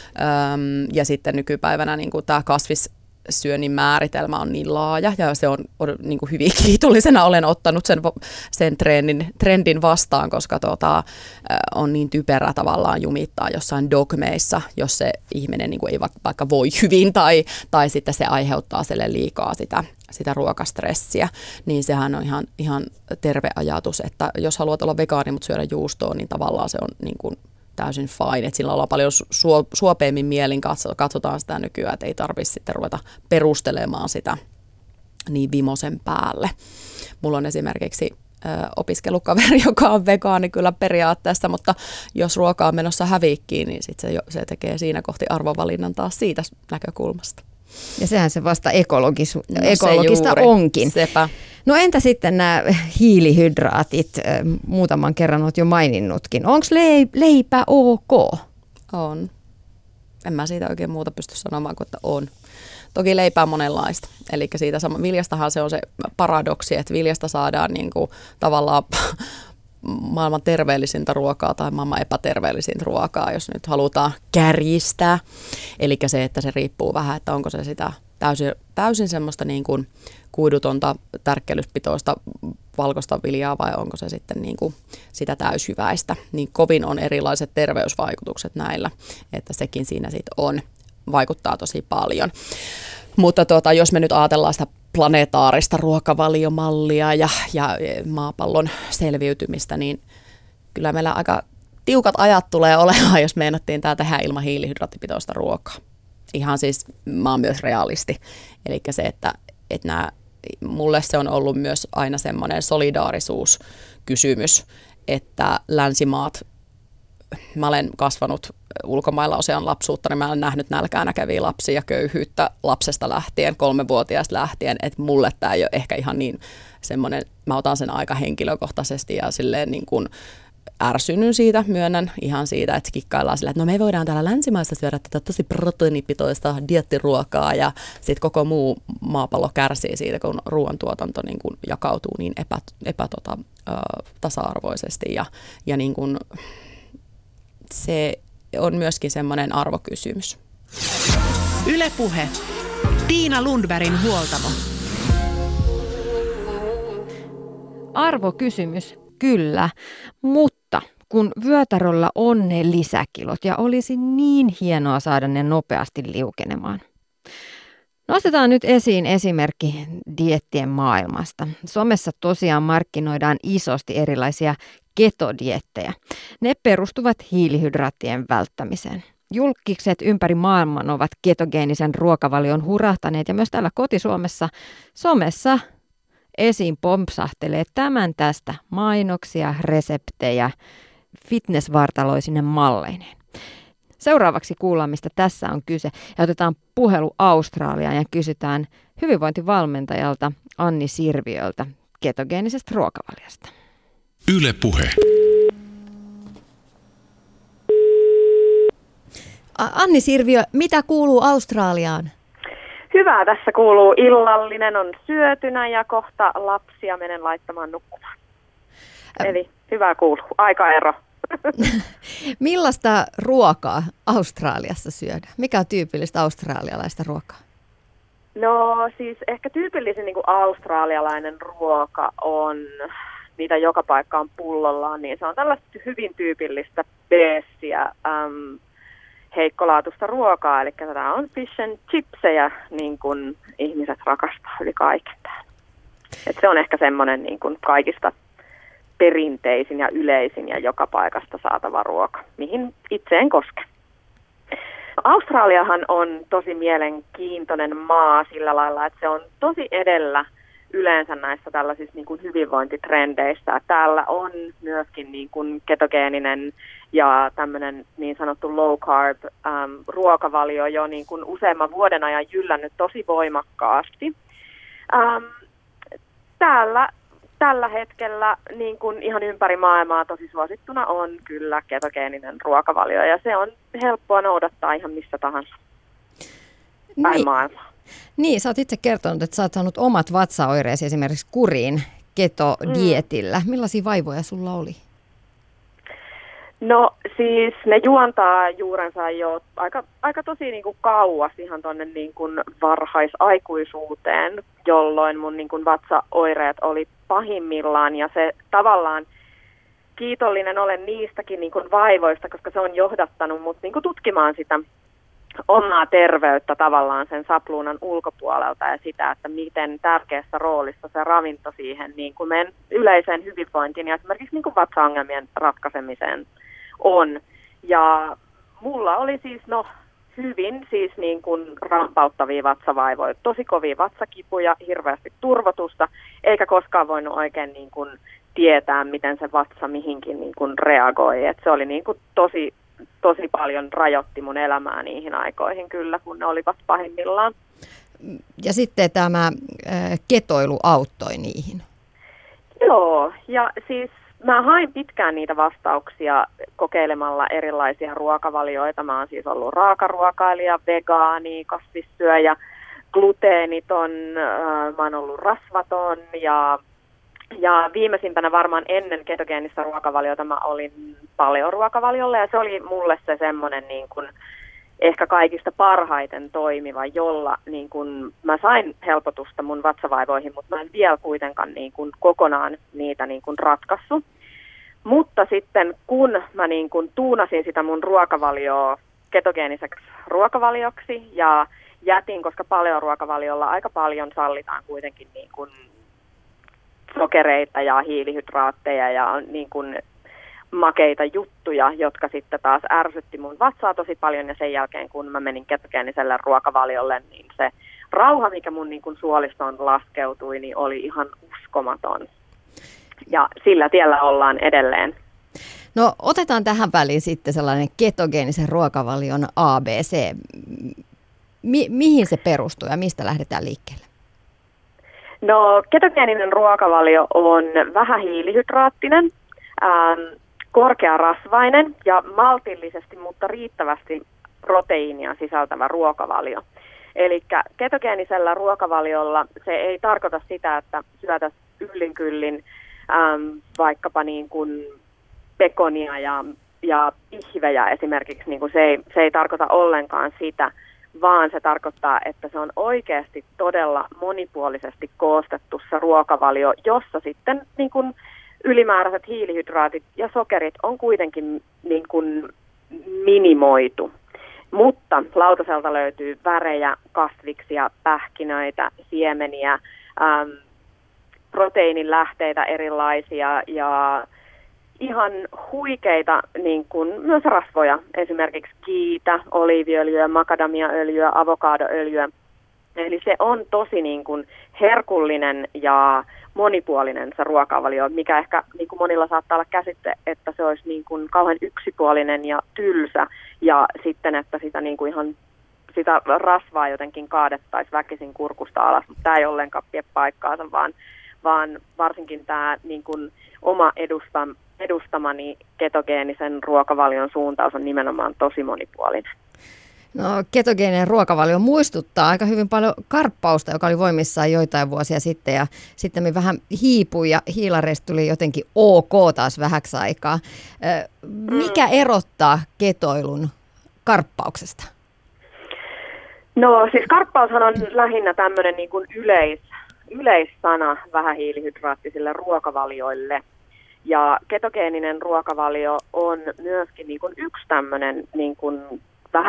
Öm, ja sitten nykypäivänä niin kuin tämä kasvis syönnin määritelmä on niin laaja ja se on, on niin kuin hyvin kiitollisena olen ottanut sen, sen trendin, trendin vastaan, koska tota, on niin typerä tavallaan jumittaa jossain dogmeissa, jos se ihminen niin kuin ei vaikka voi hyvin tai, tai sitten se aiheuttaa sille liikaa sitä, sitä ruokastressiä, niin sehän on ihan, ihan terve ajatus, että jos haluat olla vegaani, mutta syödä juustoa, niin tavallaan se on niin kuin täysin fine, että sillä ollaan paljon su- suopeammin mielin, katsotaan sitä nykyään, että ei tarvitse sitten ruveta perustelemaan sitä niin vimosen päälle. Mulla on esimerkiksi ö, opiskelukaveri, joka on vegaani kyllä periaatteessa, mutta jos ruoka on menossa hävikkiin, niin sit se, jo, se tekee siinä kohti arvovalinnan taas siitä näkökulmasta. Ja sehän se vasta ekologis- no ekologista se onkin. Sepä. No entä sitten nämä hiilihydraatit, muutaman kerran olet jo maininnutkin. Onko leipä ok? On. En mä siitä oikein muuta pysty sanomaan kuin, että on. Toki leipää monenlaista. Eli siitä sama, viljastahan se on se paradoksi, että viljasta saadaan niin kuin tavallaan maailman terveellisintä ruokaa tai maailman epäterveellisintä ruokaa, jos nyt halutaan kärjistää. Eli se, että se riippuu vähän, että onko se sitä täysin, täysin semmoista niin kuin kuidutonta, tärkkelyspitoista valkoista viljaa vai onko se sitten niin kuin sitä täyshyväistä. Niin kovin on erilaiset terveysvaikutukset näillä, että sekin siinä sitten on, vaikuttaa tosi paljon. Mutta tuota, jos me nyt ajatellaan sitä planetaarista ruokavaliomallia ja, ja maapallon selviytymistä, niin kyllä meillä aika tiukat ajat tulee olemaan, jos meinattiin tämä tehdä ilman hiilihydraattipitoista ruokaa. Ihan siis mä oon myös realisti. Eli se, että, että nämä, mulle se on ollut myös aina semmoinen solidaarisuuskysymys, että länsimaat, mä olen kasvanut ulkomailla usean lapsuutta, niin mä olen nähnyt nälkää näkeviä lapsia ja köyhyyttä lapsesta lähtien, kolmevuotiaasta lähtien, että mulle tämä ei ole ehkä ihan niin semmoinen, mä otan sen aika henkilökohtaisesti ja silleen niin kuin ärsynyn siitä, myönnän ihan siitä, että kikkaillaan sillä, että no me voidaan täällä länsimaissa syödä tätä tosi proteiinipitoista dieettiruokaa ja sitten koko muu maapallo kärsii siitä, kun ruoantuotanto niin kuin jakautuu niin epä, epä tota, ä, tasa-arvoisesti ja, ja niin kuin se on myöskin semmoinen arvokysymys. Yle Puhe. Tiina Lundbergin huoltamo. Arvokysymys, kyllä, mutta kun vyötäröllä on ne lisäkilot ja olisi niin hienoa saada ne nopeasti liukenemaan. Nostetaan nyt esiin esimerkki dieettien maailmasta. Somessa tosiaan markkinoidaan isosti erilaisia ketodiettejä. Ne perustuvat hiilihydraattien välttämiseen. Julkikset ympäri maailman ovat ketogeenisen ruokavalion hurahtaneet ja myös täällä koti-Suomessa somessa esiin pompsahtelee tämän tästä mainoksia, reseptejä, fitnessvartaloisine malleineen. Seuraavaksi kuullaan, mistä tässä on kyse ja otetaan puhelu Australiaan ja kysytään hyvinvointivalmentajalta Anni Sirviöltä ketogeenisestä ruokavaliosta. Yle Puhe. Anni Sirviö, mitä kuuluu Australiaan? Hyvää tässä kuuluu. Illallinen on syötynä ja kohta lapsia menen laittamaan nukkumaan. Eli hyvää kuuluu. Aikaero. Millaista ruokaa Australiassa syödään? Mikä on tyypillistä australialaista ruokaa? No siis ehkä tyypillisin niin kuin australialainen ruoka on, mitä joka paikka on pullollaan, niin se on tällaista hyvin tyypillistä beessiä, äm, heikkolaatuista ruokaa. Eli tämä on fish and chipsejä, niin kuin ihmiset rakastaa yli kaiken täällä. Et se on ehkä semmoinen niin kuin kaikista perinteisin ja yleisin ja joka paikasta saatava ruoka, mihin itse en koske. Australiahan on tosi mielenkiintoinen maa sillä lailla, että se on tosi edellä yleensä näissä tällaisissa niin kuin hyvinvointitrendeissä. Täällä on myöskin niin kuin ketogeeninen ja tämmöinen niin sanottu low carb äm, ruokavalio jo niin kuin useamman vuoden ajan jyllännyt tosi voimakkaasti. Ähm, täällä tällä hetkellä niin kuin ihan ympäri maailmaa tosi suosittuna on kyllä ketogeeninen ruokavalio ja se on helppoa noudattaa ihan missä tahansa päin niin. maailmaa. Niin, sä oot itse kertonut, että sä oot saanut omat vatsaoireesi esimerkiksi kuriin ketodietillä. Mm. Millaisia vaivoja sulla oli? No siis ne juontaa juurensa jo aika, aika tosi niin kuin kauas ihan tuonne niin kuin varhaisaikuisuuteen, jolloin mun niin kuin vatsaoireet oli pahimmillaan ja se tavallaan kiitollinen olen niistäkin niin kuin vaivoista, koska se on johdattanut mut niin kuin tutkimaan sitä omaa terveyttä tavallaan sen sapluunan ulkopuolelta ja sitä, että miten tärkeässä roolissa se ravinto siihen niin kuin meidän yleiseen hyvinvointiin ja esimerkiksi niin kuin vatsaongelmien ratkaisemiseen on. Ja mulla oli siis no hyvin siis niin kuin rampauttavia vatsavaivoja, tosi kovia vatsakipuja, hirveästi turvotusta, eikä koskaan voinut oikein niin kuin tietää, miten se vatsa mihinkin niin kuin reagoi. Et se oli niin kuin tosi, tosi paljon rajoitti mun elämää niihin aikoihin kyllä, kun ne olivat pahimmillaan. Ja sitten tämä ketoilu auttoi niihin. Joo, ja siis mä hain pitkään niitä vastauksia kokeilemalla erilaisia ruokavalioita. Mä oon siis ollut raakaruokailija, vegaani, kasvissyöjä, gluteeniton, äh, mä oon ollut rasvaton ja, ja viimeisimpänä varmaan ennen ketogeenistä ruokavaliota mä olin paleoruokavaliolla ja se oli mulle se semmoinen niin kuin ehkä kaikista parhaiten toimiva, jolla niin kun mä sain helpotusta mun vatsavaivoihin, mutta mä en vielä kuitenkaan niin kun kokonaan niitä niin kun ratkaissut. Mutta sitten kun mä niin kun tuunasin sitä mun ruokavalioa ketogeeniseksi ruokavalioksi ja jätin, koska paleoruokavaliolla aika paljon sallitaan kuitenkin niin kun sokereita ja hiilihydraatteja ja niin kun makeita juttuja, jotka sitten taas ärsytti mun vatsaa tosi paljon ja sen jälkeen kun mä menin ketogeeniselle ruokavaliolle, niin se rauha, mikä mun niin kuin suolistoon laskeutui, niin oli ihan uskomaton. Ja sillä tiellä ollaan edelleen. No otetaan tähän väliin sitten sellainen ketogeenisen ruokavalion A B C. Mi- mihin se perustuu ja mistä lähdetään liikkeelle? No ketogeeninen ruokavalio on vähähiilihydraattinen, ähm, korkearasvainen ja maltillisesti, mutta riittävästi proteiinia sisältävä ruokavalio. Eli ketogeenisellä ruokavaliolla se ei tarkoita sitä, että syötä yllin kyllin äm, vaikkapa niin kuin pekonia ja, ja pihvejä esimerkiksi. Niin kuin se, ei, se ei tarkoita ollenkaan sitä, vaan se tarkoittaa, että se on oikeasti todella monipuolisesti koostettu se ruokavalio, jossa sitten niin kuin ylimääräiset hiilihydraatit ja sokerit on kuitenkin niin kuin minimoitu. Mutta lautaselta löytyy värejä, kasviksia, pähkinöitä, siemeniä, äm, proteiinilähteitä erilaisia ja ihan huikeita niin kuin myös rasvoja, esimerkiksi kiitä, oliiviöljyä, makadamiaöljyä, avokadoöljyä. Eli se on tosi niin kuin herkullinen ja monipuolinen se ruokavalio, mikä ehkä niin kuin monilla saattaa olla käsite, että se olisi niin kuin kauhean yksipuolinen ja tylsä ja sitten, että sitä, niin kuin ihan, sitä rasvaa jotenkin kaadettaisiin väkisin kurkusta alas, mutta tämä ei ollenkaan pidä paikkaansa, vaan, vaan varsinkin tämä niin kuin oma edustam, edustamani ketogeenisen ruokavalion suuntaus on nimenomaan tosi monipuolinen. No, ketogeeninen ruokavalio muistuttaa aika hyvin paljon karppausta, joka oli voimissaan joitain vuosia sitten ja sitten me vähän hiipui ja hiilareista tuli jotenkin ok taas vähäksi aikaa. Mikä erottaa ketoilun karppauksesta? No siis karppaushan on lähinnä tämmöinen niin kuin yleis, yleissana vähähiilihydraattisille ruokavalioille. Ja ketogeeninen ruokavalio on myöskin niin kuin yksi tämmöinen niin kuin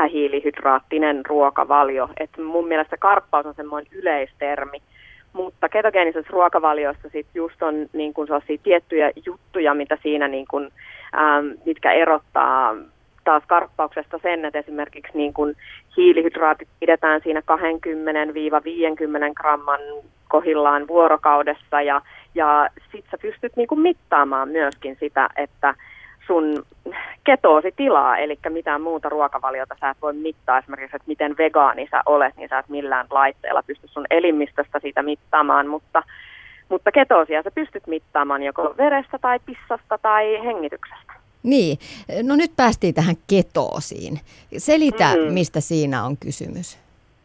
vähähiilihydraattinen ruokavalio. Et mun mielestä karppaus on semmoinen yleistermi, mutta ketogeenisessä ruokavaliossa sit just on niin kuin sellaisia tiettyjä juttuja, mitä siinä niin kuin, ähm, mitkä erottaa taas karppauksesta sen, että esimerkiksi niin kuin hiilihydraatit pidetään siinä kaksikymmentä viisikymmentä gramman kohillaan vuorokaudessa ja, ja sit sä pystyt niin kuin mittaamaan myöskin sitä, että sun ketoositilaa, eli mitään muuta ruokavaliota sä et voi mittaa, esimerkiksi, että miten vegaani sä olet, niin sä et millään laitteella pysty sun elimistöstä sitä mittaamaan, mutta, mutta ketoosia sä pystyt mittaamaan joko verestä tai pissasta tai hengityksestä. Niin, no nyt päästiin tähän ketoosiin. Selitä, Mm. mistä siinä on kysymys.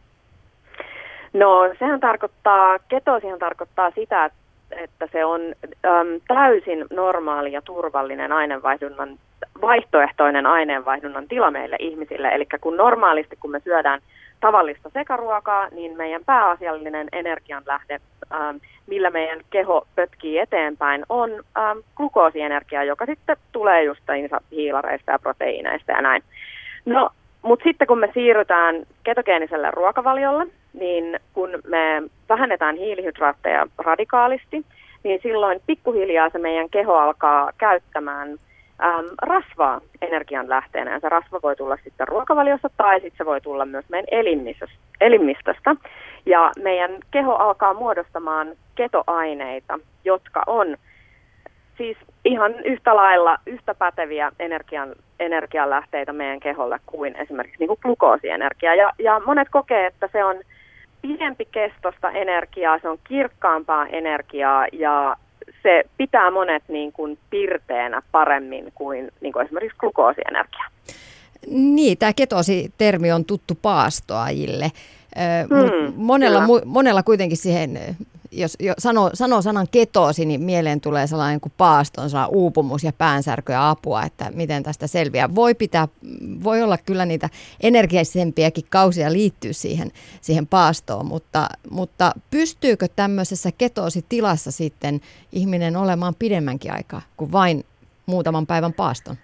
No sehän tarkoittaa, ketoosihan tarkoittaa sitä, että että se on äm, täysin normaali ja turvallinen aineenvaihdunnan, vaihtoehtoinen aineenvaihdunnan tila meille ihmisille. Eli kun normaalisti, kun me syödään tavallista sekaruokaa, niin meidän pääasiallinen energianlähde, äm, millä meidän keho pötkii eteenpäin, on äm, glukoosienergia, joka sitten tulee just hiilareista ja proteiineista ja näin. No, mutta sitten kun me siirrytään ketogeeniselle ruokavaliolle, niin kun me vähennetään hiilihydraatteja radikaalisti, niin silloin pikkuhiljaa se meidän keho alkaa käyttämään äm, rasvaa energianlähteenä. Ja se rasva voi tulla sitten ruokavaliossa tai sitten se voi tulla myös meidän elimistöstä. Ja meidän keho alkaa muodostamaan ketoaineita, jotka on siis ihan yhtä lailla yhtä päteviä energian, energianlähteitä meidän keholle kuin esimerkiksi niin kuin glukoosienergia. Ja, ja monet kokee, että se on pidempikestoista energiaa, se on kirkkaampaa energiaa ja se pitää monet niin kuin pirteänä paremmin kuin, niin kuin esimerkiksi glukoosienergia. Niin, tämä ketoosi-termi on tuttu paastoajille. Hmm, Mut monella, mu, monella kuitenkin siihen, jos jo sanoo, sanoo sanan ketoosi, niin mieleen tulee sellainen kuin paaston, sellainen uupumus ja päänsärky ja apua, että miten tästä selviää. Voi, pitää, voi olla kyllä niitä energiaisempiäkin kausia liittyy siihen, siihen paastoon, mutta, mutta pystyykö tämmöisessä ketoositilassa sitten ihminen olemaan pidemmänkin aikaa kuin vain muutaman päivän paaston?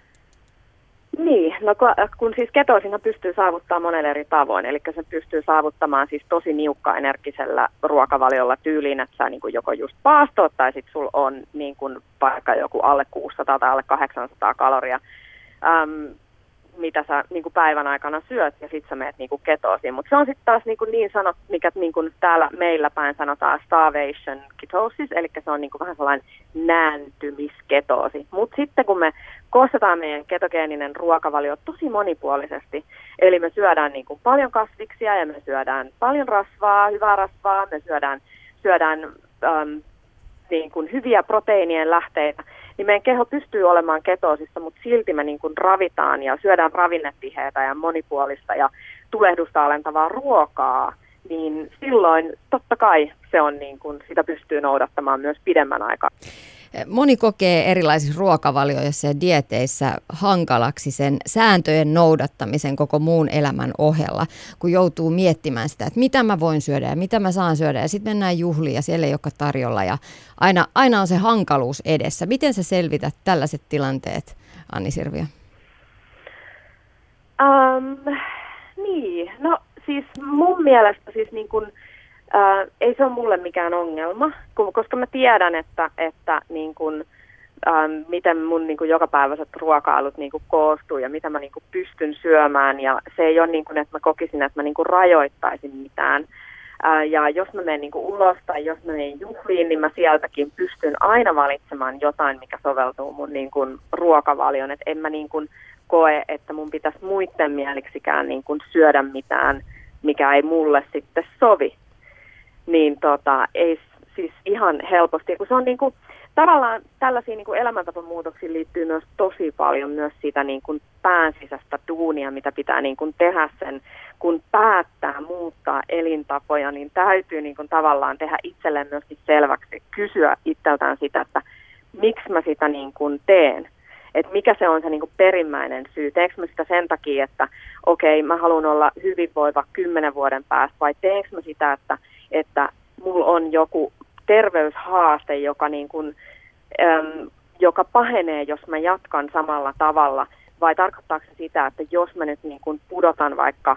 Niin, no kun siis ketoosina pystyy saavuttamaan monella eri tavoin, eli se pystyy saavuttamaan siis tosi niukka-energisellä ruokavaliolla tyyliin, että sä niin kuin joko just paastoot tai sitten sulla on niin kuin vaikka joku alle kuusisataa tai alle kahdeksansataa kaloria, äm, mitä sä niin kuin päivän aikana syöt ja sitten sä meet niin kuin ketoosiin. Mutta se on sitten taas niin, kuin niin sanot, mikä niin kuin täällä meillä päin sanotaan starvation ketosis, eli se on niin kuin vähän sellainen nääntymisketoosi. Mutta sitten kun me koostetaan meidän ketogeeninen ruokavalio tosi monipuolisesti, eli me syödään niin kuin paljon kasviksia ja me syödään paljon rasvaa, hyvää rasvaa, me syödään, syödään äm, niin kuin hyviä proteiinien lähteitä, niin meidän keho pystyy olemaan ketoosissa, mutta silti me niin kuin ravitaan ja syödään ravinnetiheää ja monipuolista ja tulehdusta alentavaa ruokaa, niin silloin totta kai se on niin kuin, sitä pystyy noudattamaan myös pidemmän aikaa. Moni kokee erilaisissa ruokavalioissa ja dieteissä hankalaksi sen sääntöjen noudattamisen koko muun elämän ohella, kun joutuu miettimään sitä, että mitä mä voin syödä ja mitä mä saan syödä. Ja sitten mennään juhliin ja siellä ei olekaan tarjolla ja aina, aina on se hankaluus edessä. Miten sä selvität tällaiset tilanteet, Anni Sirviö? Um, niin, no siis mun mielestä siis niin kuin Ää, ei se ole mulle mikään ongelma, koska mä tiedän, että, että niin kun, ää, miten mun niin kun jokapäiväiset ruokailut niin kun koostuu ja mitä mä niin kun pystyn syömään. Ja se ei ole niin kun, että mä kokisin, että mä niin kun rajoittaisin mitään. Ää, ja jos mä menen niin kun ulos tai jos mä menen juhliin, niin mä sieltäkin pystyn aina valitsemaan jotain, mikä soveltuu mun niin kun ruokavalioon. Et en mä niin kun koe, että mun pitäisi muiden mieliksikään niin kun syödä mitään, mikä ei mulle sitten sovi. Niin tota, ei siis ihan helposti, kun se on niinku, tavallaan tällaisiin niinku elämäntapamuutoksiin liittyy myös tosi paljon myös sitä niinku pään sisäistä duunia, mitä pitää niinku tehdä sen, kun päättää muuttaa elintapoja, niin täytyy niinku tavallaan tehdä itselleen myöskin selväksi, kysyä itseltään sitä, että miksi mä sitä niinku teen. Että mikä se on se niinku perimmäinen syy. Teekö mä sitä sen takia, että okei, mä haluan olla hyvinvoiva kymmenen vuoden päästä, vai teekö mä sitä, että että mulla on joku terveyshaaste, joka, niin kuin, äm, joka pahenee, jos mä jatkan samalla tavalla, vai tarkoittaako se sitä, että jos mä nyt niin kuin pudotan vaikka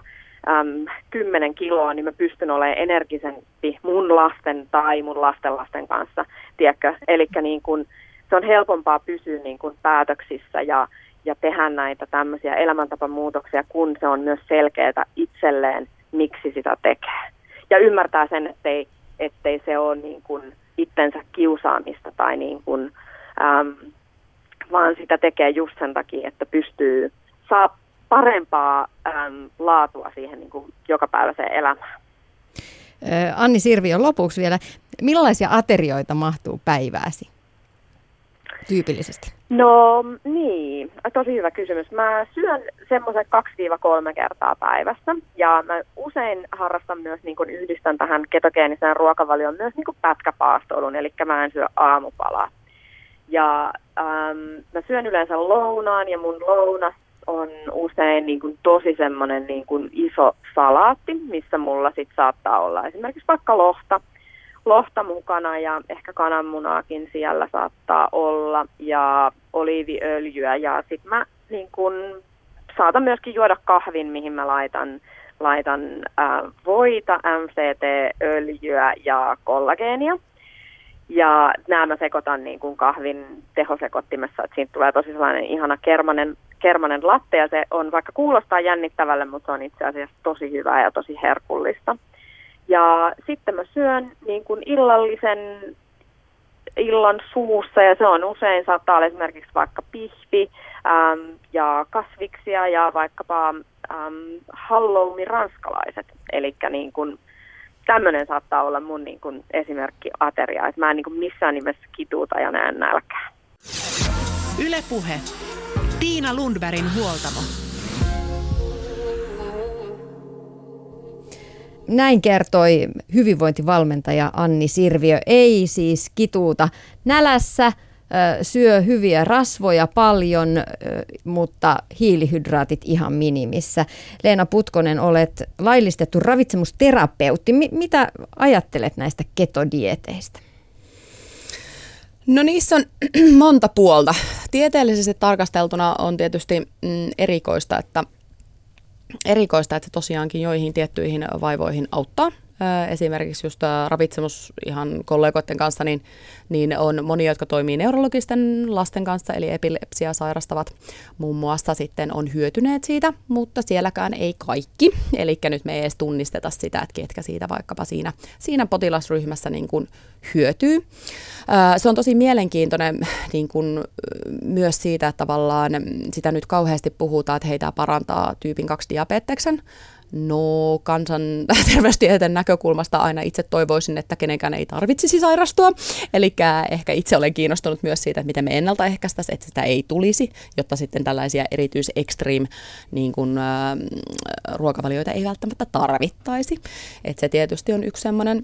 äm, kymmenen kiloa, niin mä pystyn olemaan energisempi mun lasten tai mun lastenlasten kanssa, tiedätkö? Eli niin kun, se on helpompaa pysyä niin kun päätöksissä ja, ja tehdä näitä tämmöisiä elämäntapamuutoksia, kun se on myös selkeää itselleen, miksi sitä tekee. Ja ymmärtää sen, ettei, ettei se ole niin kun itsensä kiusaamista tai niin kun, äm, vaan sitä tekee just sen takia, että pystyy saa parempaa äm, laatua siihen niin kuin jokapäiväiseen elämään. Anni Sirviö, lopuksi vielä. Millaisia aterioita mahtuu päivääsi tyypillisesti? No niin, tosi hyvä kysymys. Mä syön semmoisen kaksi kolme kertaa päivässä ja mä usein harrastan myös, niin kuin yhdistän tähän ketogeeniseen ruokavalioon myös niin kuin pätkäpaastoilun, eli mä en syö aamupalaa. Ja äm, mä syön yleensä lounaan ja mun lounas on usein niin kuin tosi semmoinen niin kuin iso salaatti, missä mulla sit saattaa olla esimerkiksi vaikka lohta, lohta mukana ja ehkä kananmunaakin siellä saattaa olla ja oliiviöljyä ja sitten mä niin kuin saatan myöskin juoda kahvin, mihin mä laitan, laitan äh, voita, M C T-öljyä ja kollageenia. Ja nämä mä sekoitan niin kuin kahvin tehosekottimessa, että siitä tulee tosi sellainen ihana kermanen, kermanen latte ja se on, vaikka kuulostaa jännittävälle, mutta se on itse asiassa tosi hyvää ja tosi herkullista. Ja sitten mä syön niin kuin illallisen illan suussa ja se on usein, saattaa olla esimerkiksi vaikka pihvi äm, ja kasviksia ja vaikkapa äm, halloumi ranskalaiset, eli niin kuin tämmöinen saattaa olla mun niin kuin esimerkki ateria, että mä en niin kuin missään nimessä kituuta ja näen nälkää. Yle Puhe. Tiina Lundbergin huoltamo. Näin kertoi hyvinvointivalmentaja Anni Sirviö. Ei siis kituuta nälässä, syö hyviä rasvoja paljon, mutta hiilihydraatit ihan minimissä. Leena Putkonen, olet laillistettu ravitsemusterapeutti. Mitä ajattelet näistä ketodieteistä? No niissä on monta puolta. Tieteellisesti tarkasteltuna on tietysti mm, erikoista, että, erikoista, että se tosiaankin joihin tiettyihin vaivoihin auttaa. Esimerkiksi just ravitsemus ihan kollegoiden kanssa, niin, niin on monia, jotka toimii neurologisten lasten kanssa, eli epilepsiaa sairastavat muun muassa sitten on hyötyneet siitä, mutta sielläkään ei kaikki. Eli nyt me ei edes tunnisteta sitä, että ketkä siitä vaikkapa siinä, siinä potilasryhmässä niin kuin hyötyy. Se on tosi mielenkiintoinen niin kuin myös siitä, että tavallaan sitä nyt kauheasti puhutaan, että heitä parantaa tyypin kaksi diabeteksen. No kansanterveystieteen näkökulmasta aina itse toivoisin, että kenenkään ei tarvitsisi sairastua. Eli ehkä itse olen kiinnostunut myös siitä, että miten me ennaltaehkäistäisiin, että sitä ei tulisi, jotta sitten tällaisia erityis-extreme niin kuin, ä, ruokavalioita ei välttämättä tarvittaisi. Että se tietysti on yksi semmoinen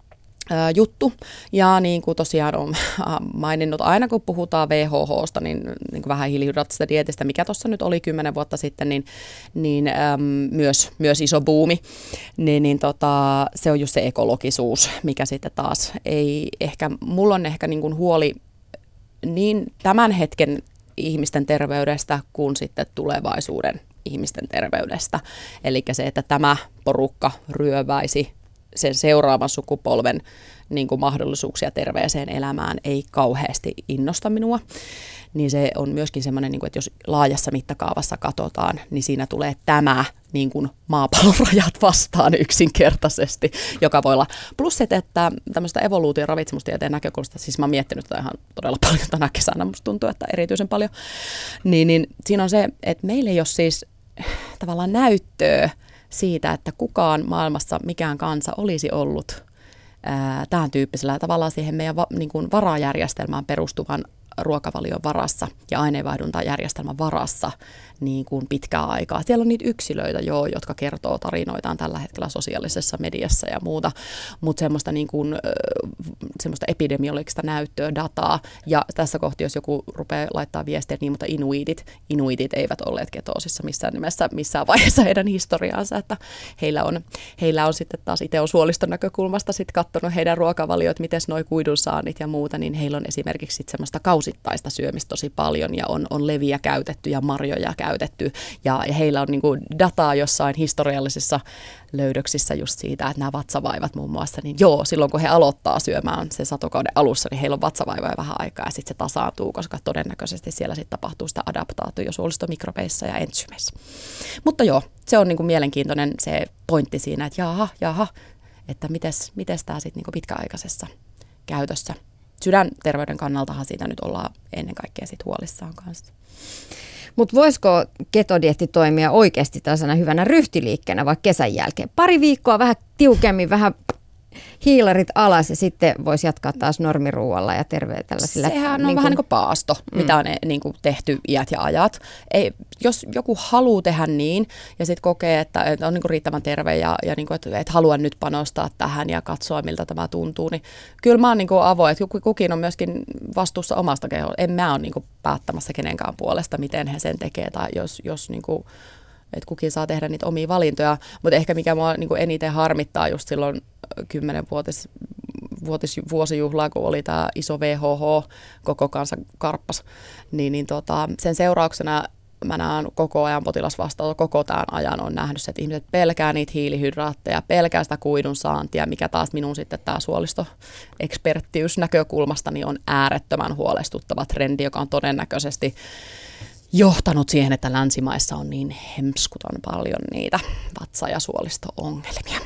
juttu. Ja niin kuin tosiaan olen maininnut, aina kun puhutaan W H H:sta, niin, niin kuin vähän hiilihydraattisesta dietistä, mikä tuossa nyt oli kymmenen vuotta sitten, niin, niin äm, myös, myös iso buumi, niin, niin tota, se on just se ekologisuus, mikä sitten taas ei ehkä, mulla on ehkä niin kuin huoli niin tämän hetken ihmisten terveydestä kuin sitten tulevaisuuden ihmisten terveydestä. Eli se, että tämä porukka ryöväisi sen seuraavan sukupolven niin kuin mahdollisuuksia terveeseen elämään ei kauheasti innosta minua. Niin se on myöskin semmoinen, niin kuin, että jos laajassa mittakaavassa katsotaan, niin siinä tulee tämä niin kuin maapallon rajat vastaan yksinkertaisesti, joka voi olla. Plus se, että tämmöistä evoluutio- ja ravitsemustieteen näkökulmasta, siis mä oon miettinyt tätä ihan todella paljon tänä kesänä, musta tuntuu, että erityisen paljon, niin, niin siinä on se, että meillä ei ole siis tavallaan näyttöä siitä, että kukaan maailmassa, mikään kansa olisi ollut ää, tämän tyyppisellä tavallaan siihen meidän va, niin kuin varajärjestelmään perustuvan ruokavalion varassa ja aineenvaihduntajärjestelmän varassa niin kuin pitkää aikaa. Siellä on niitä yksilöitä, joo, jotka kertoo tarinoitaan tällä hetkellä sosiaalisessa mediassa ja muuta, mutta semmoista, niin kuin, semmoista epidemiologista näyttöä, dataa, ja tässä kohti, jos joku rupeaa laittaa viestiä, niin mutta inuitit, inuitit eivät olleet ketoosissa missään nimessä, missään vaiheessa heidän historiaansa, että heillä on, heillä on sitten taas itse on suoliston näkökulmasta sitten katsonut heidän ruokavalioit, miten noi kuidunsaannit ja muuta, niin heillä on esimerkiksi sitten semmoista kausi vuosittaista syömistä tosi paljon ja on, on leviä käytetty ja marjoja käytetty ja, ja heillä on niin kuin dataa jossain historiallisissa löydöksissä just siitä, että nämä vatsavaivat muun muassa, niin joo, silloin kun he aloittaa syömään sen satokauden alussa, niin heillä on vatsavaivoja vähän aikaa ja sitten se tasaantuu, koska todennäköisesti siellä sitten tapahtuu sitä adaptaatio suolistomikrobeissa ja entsymeissä. Mutta joo, se on niin kuin mielenkiintoinen se pointti siinä, että jaha, jaha, että mites, mites tämä sitten niin kuin pitkäaikaisessa käytössä. Sydänterveyden kannaltahan siitä nyt ollaan ennen kaikkea sit huolissaan kanssa. Mutta voisiko ketodieetti toimia oikeasti tällaisena hyvänä ryhtiliikkeenä vaikka kesän jälkeen? Pari viikkoa vähän tiukemmin, vähän hiilarit alas ja sitten voisi jatkaa taas normiruualla ja terveellä sillä. Sehän on niin kuin, vähän niin kuin paasto, mm. mitä on niin kuin tehty iät ja ajat. Ei, jos joku haluaa tehdä niin ja sitten kokee, että, että on niin kuin riittävän terve ja, ja niin kuin, että, että haluan nyt panostaa tähän ja katsoa, miltä tämä tuntuu, niin kyllä mä oon niin kuin avoin, että kukin on myöskin vastuussa omasta kehoa. En mä ole niin kuin päättämässä kenenkään puolesta, miten he sen tekee tai jos, jos niin kuin, että kukin saa tehdä niitä omia valintoja, mutta ehkä mikä mua niin kuin eniten harmittaa just silloin kymmenvuotis vuotis, vuosijuhlaa, kun oli tämä iso W H H, koko kansa karppas, niin, niin tota, sen seurauksena mä näen koko ajan potilasvastaanotolla, koko tämän ajan on nähnyt, että ihmiset pelkää niitä hiilihydraatteja, pelkää sitä kuidun saantia, mikä taas minun sitten tämä suolistoeksperttiys näkökulmasta niin on äärettömän huolestuttava trendi, joka on todennäköisesti johtanut siihen, että länsimaissa on niin hemskuton paljon niitä vatsa- ja suolisto-ongelmia.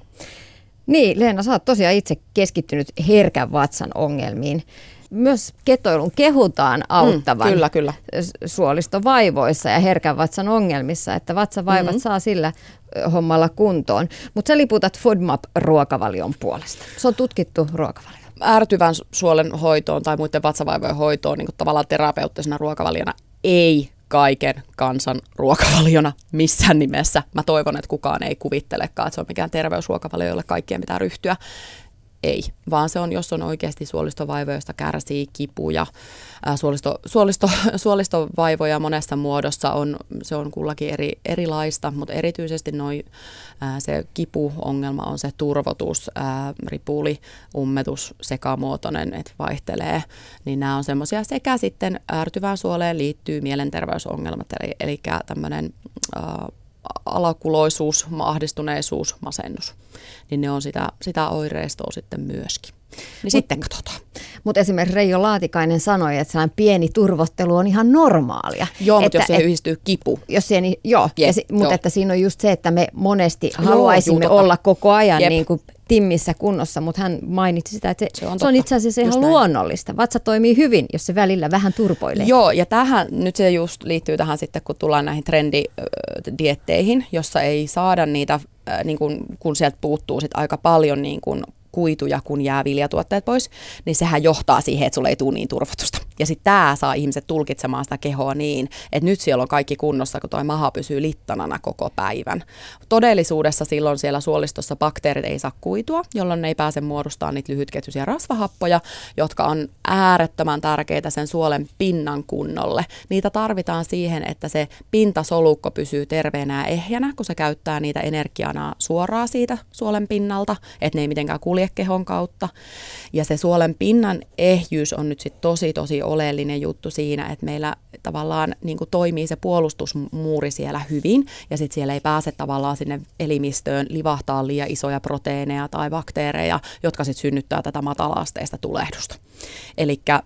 Niin, Leena, sä oot tosiaan itse keskittynyt herkän vatsan ongelmiin. Myös ketoilun kehutaan auttavan mm, kyllä, kyllä. suolistovaivoissa ja herkän vatsan ongelmissa, että vatsavaivat mm-hmm. saa sillä hommalla kuntoon. Mutta sä liputat FODMAP-ruokavalion puolesta. Se on tutkittu ruokavalio. Ärtyvän suolen hoitoon tai muiden vatsavaivojen hoitoon niin kuin tavallaan terapeuttisena ruokavaliona ei kaiken kansan ruokavaliona missään nimessä. Mä toivon, että kukaan ei kuvittelekaan, että se on mikään terveysruokavalio, jolle kaikkien pitää ryhtyä. Ei, vaan se on, jos on oikeasti suolistovaivoja, josta kärsii kipuja, ää, suolisto, suolisto, suolistovaivoja monessa muodossa, on, se on kullakin eri, erilaista, mutta erityisesti noi, ää, se kipuongelma on se turvotus, ää, ripuli, ummetus, sekamuotoinen, että vaihtelee, niin nämä on semmoisia sekä sitten ärtyvään suoleen liittyy mielenterveysongelmat, eli, eli tämmöinen ää, alakuloisuus, ahdistuneisuus, masennus, niin ne on sitä, sitä oireistoa sitten myöskin. Niin mut, sitten katsotaan. Mutta esimerkiksi Reijo Laatikainen sanoi, että sellainen pieni turvottelu on ihan normaalia. Joo, mutta jos siihen et, yhdistyy kipu. Jos siihen, joo, Jep, si, mutta joo. että siinä on just se, että me monesti joo, haluaisimme juutota. olla koko ajan niin kuin timmissä kunnossa, mutta hän mainitsi sitä, että se, se, on, se on itse asiassa just ihan näin. Luonnollista. Vatsa toimii hyvin, jos se välillä vähän turpoilee. Joo, ja tähän, nyt se just liittyy tähän sitten, kun tullaan näihin trendidietteihin, jossa ei saada niitä, niin kun, kun sieltä puuttuu sit aika paljon niin kun kuituja, kun jää viljatuotteet pois, niin sehän johtaa siihen, että sulle ei tule niin turvotusta. Ja sitten tämä saa ihmiset tulkitsemaan sitä kehoa niin, että nyt siellä on kaikki kunnossa, kun toi maha pysyy littanana koko päivän. Todellisuudessa silloin siellä suolistossa bakteerit ei saa kuitua, jolloin ne ei pääse muodostamaan niitä lyhytketjuisia rasvahappoja, jotka on äärettömän tärkeitä sen suolen pinnan kunnolle. Niitä tarvitaan siihen, että se pintasolukko pysyy terveenä ja ehjänä, kun se käyttää niitä energiana suoraan siitä suolen pinnalta, että ne ei mitenkään kulje kehon kautta. Ja se suolen pinnan ehjyys on nyt sitten tosi, tosi oleellinen juttu siinä, että meillä tavallaan niin kuin toimii se puolustusmuuri siellä hyvin, ja sitten siellä ei pääse tavallaan sinne elimistöön livahtaa liian isoja proteiineja tai bakteereja, jotka sitten synnyttää tätä matala-asteista tulehdusta. Elikkä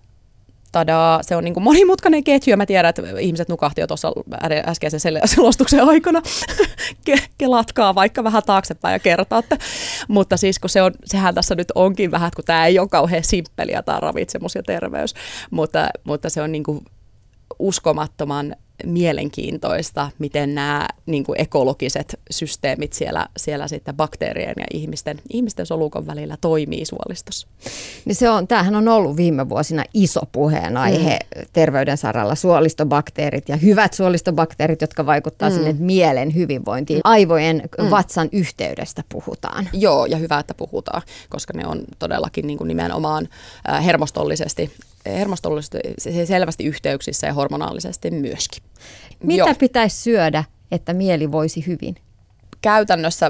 tadaa, se on niin kuin monimutkainen ketju, ja mä tiedän, että ihmiset nukahti jo tuossa äskeisen selostuksen aikana. Kelatkaa vaikka vähän taaksepäin ja kertaatte. Mutta siis kun se on, sehän tässä nyt onkin vähän, kun tämä ei ole kauhean simppeliä, tämä ravitsemus ja terveys, mutta, mutta se on niin kuin uskomattoman mielenkiintoista, miten nämä niin kuin ekologiset systeemit siellä, siellä sitten bakteerien ja ihmisten, ihmisten solukon välillä toimii suolistossa. Niin se on, tämähän on ollut viime vuosina iso puheenaihe mm. terveyden saralla, suolistobakteerit ja hyvät suolistobakteerit, jotka vaikuttaa mm. sinne mielen hyvinvointiin. Aivojen mm. vatsan yhteydestä puhutaan. Joo, ja hyvä, että puhutaan, koska ne on todellakin niin kuin nimenomaan äh, hermostollisesti hermostollisesti selvästi yhteyksissä ja hormonaalisesti myöskin. Mitä Joo. pitäisi syödä, että mieli voisi hyvin? Käytännössä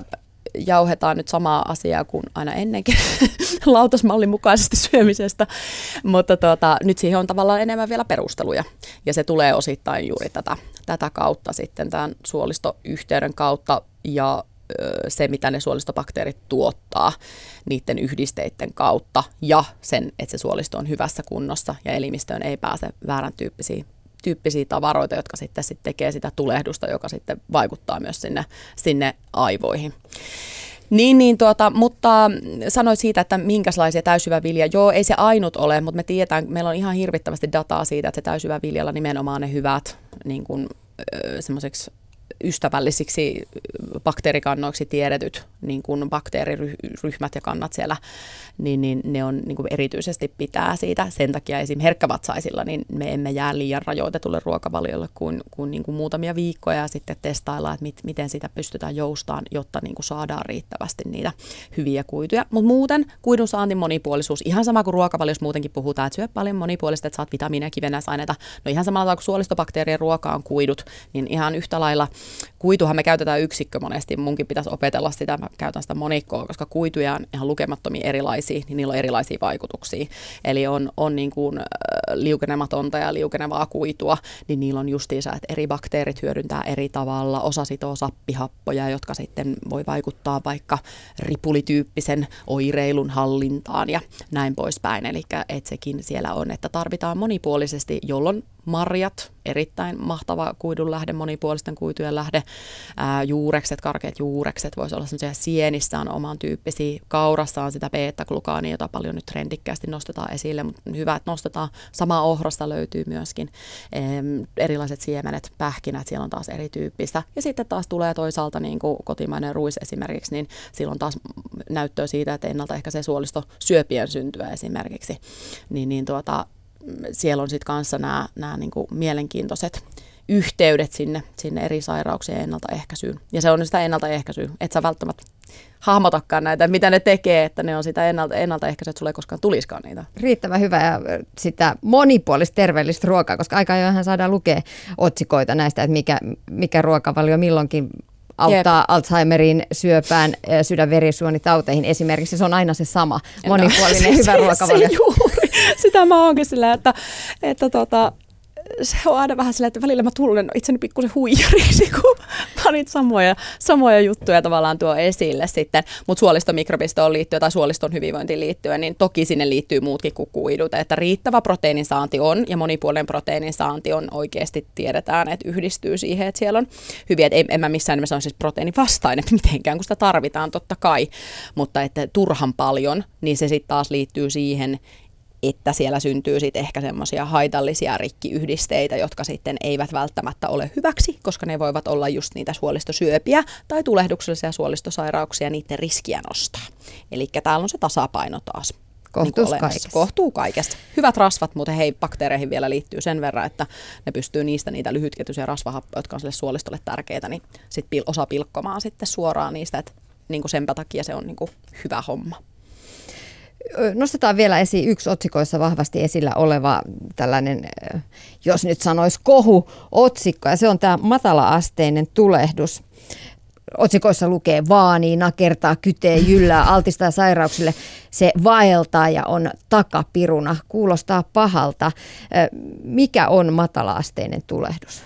jauhetaan nyt samaa asiaa kuin aina ennenkin lautasmallin mukaisesti syömisestä, mutta tuota, nyt siihen on tavallaan enemmän vielä perusteluja ja se tulee osittain juuri tätä, tätä kautta sitten tämän suolistoyhteyden kautta ja se, mitä ne suolistobakteerit tuottaa niiden yhdisteiden kautta ja sen, että se suolisto on hyvässä kunnossa ja elimistöön ei pääse väärän tyyppisiä, tyyppisiä tavaroita, jotka sitten, sitten tekee sitä tulehdusta, joka sitten vaikuttaa myös sinne, sinne aivoihin. Niin, niin tuota, mutta sanoit siitä, että minkälaisia täysjyvä vilja. Joo, ei se ainut ole, mutta me tiedetään, meillä on ihan hirvittävästi dataa siitä, että se täysjyvä viljalla nimenomaan ne hyvät niin kuin, semmoiseksi ystävällisiksi bakteerikannoiksi tiedetyt niin kuin bakteeriryhmät ja kannat siellä, niin, niin ne on niin kuin erityisesti pitää siitä. Sen takia esim. Herkkävatsaisilla niin me emme jää liian rajoitetulle ruokavaliolle kuin, kuin, niin kuin muutamia viikkoja ja sitten testaillaan, että mit, miten sitä pystytään joustamaan, jotta niin kuin saadaan riittävästi niitä hyviä kuituja. Mutta muuten kuidun saantin monipuolisuus, ihan sama kuin ruokavaliossa muutenkin puhutaan, että syö paljon monipuolista, että saat vitamiineja ja kivennäisaineita. No ihan samalla tavalla kuin suolistobakteerien ruoka on kuidut, niin ihan yhtä lailla kuituhan me käytetään yksikkö monesti, munkin pitäisi opetella sitä, mä käytän sitä monikkoa, koska kuituja on ihan lukemattomia erilaisia, niin niillä on erilaisia vaikutuksia. Eli on, on niin kuin liukenematonta ja liukenevaa kuitua, niin niillä on justiinsa, että eri bakteerit hyödyntää eri tavalla, osa sitoo sappihappoja, jotka sitten voi vaikuttaa vaikka ripulityyppisen oireilun hallintaan ja näin poispäin. Eli että sekin siellä on, että tarvitaan monipuolisesti, jolloin marjat, erittäin mahtava kuidun lähde, monipuolisten kuitujen lähde, ää, juurekset, karkeat juurekset, voisi olla sellaisia, sienissä on oman tyyppisiä, kaurassa on sitä beta-glukaania, jota paljon nyt trendikkäästi nostetaan esille, mutta hyvä, että nostetaan, samaa ohrasta löytyy myöskin, ehm, erilaiset siemenet, pähkinät, siellä on taas erityyppistä, ja sitten taas tulee toisaalta niin kuin kotimainen ruis esimerkiksi, niin silloin taas näyttöä siitä, että ennaltaehkäisee suolistosyöpien syntyä esimerkiksi, niin, niin tuota, siellä on sitten kanssa nämä, nämä niin kuin mielenkiintoiset yhteydet sinne, sinne eri sairauksien ennaltaehkäisyyn. Ja se on sitä ennaltaehkäisyä, et sä välttämättä hahmotakaan näitä, mitä ne tekee, että ne on sitä ennalta, ennaltaehkäisyä, että sulle ei koskaan tuliskaan niitä. Riittävän hyvä ja sitä monipuolista terveellistä ruokaa, koska aika ajoinhan saadaan lukea otsikoita näistä, että mikä, mikä ruokavalio milloinkin auttaa Jep. Alzheimerin, syöpään, sydänverisuonitauteihin esimerkiksi. Se on aina se sama monipuolinen no, hyvä ruokavalio. Se juuri. Sitä mä oonkin sillä, että, että tota, se on aina vähän sillä, että välillä mä tunnen itseni pikkusen huijariksi, kun mä niitä samoja, samoja juttuja tavallaan tuo esille sitten. Mutta suolistomikrobistoon liittyen tai suoliston hyvinvointiin liittyen, niin toki sinne liittyy muutkin kuin kuidut. Että riittävä proteiinin saanti on ja monipuolinen proteiinin saanti on oikeasti tiedetään, että yhdistyy siihen, että siellä on hyviä. Et en mä missään nimessä ole siis proteiinivastainen mitenkään, kun sitä tarvitaan totta kai. Mutta että turhan paljon, niin se sitten taas liittyy siihen, että siellä syntyy sitten ehkä semmoisia haitallisia rikkiyhdisteitä, jotka sitten eivät välttämättä ole hyväksi, koska ne voivat olla just niitä suolistosyöpiä tai tulehduksellisia suolistosairauksia, niiden riskiä nostaa. Eli täällä on se tasapaino taas. Kohtuus niin kaikesta. Kohtuu kaikesta. Hyvät rasvat, mutta hei, bakteereihin vielä liittyy sen verran, että ne pystyy niistä niitä lyhytketjuisia rasvahappoja, jotka on sille suolistolle tärkeitä, niin sitten osa pilkkomaan sitten suoraan niistä, että niin kuin senpä takia se on niin kuin hyvä homma. Nostetaan vielä esiin yksi otsikoissa vahvasti esillä oleva tällainen, jos nyt sanoisi kohu-otsikko, ja se on tämä matala-asteinen tulehdus. Otsikoissa lukee vaanii, nakertaa, kytee, jyllää, altistaa sairauksille. Se vaeltaa ja on takapiruna. Kuulostaa pahalta. Mikä on matala-asteinen tulehdus?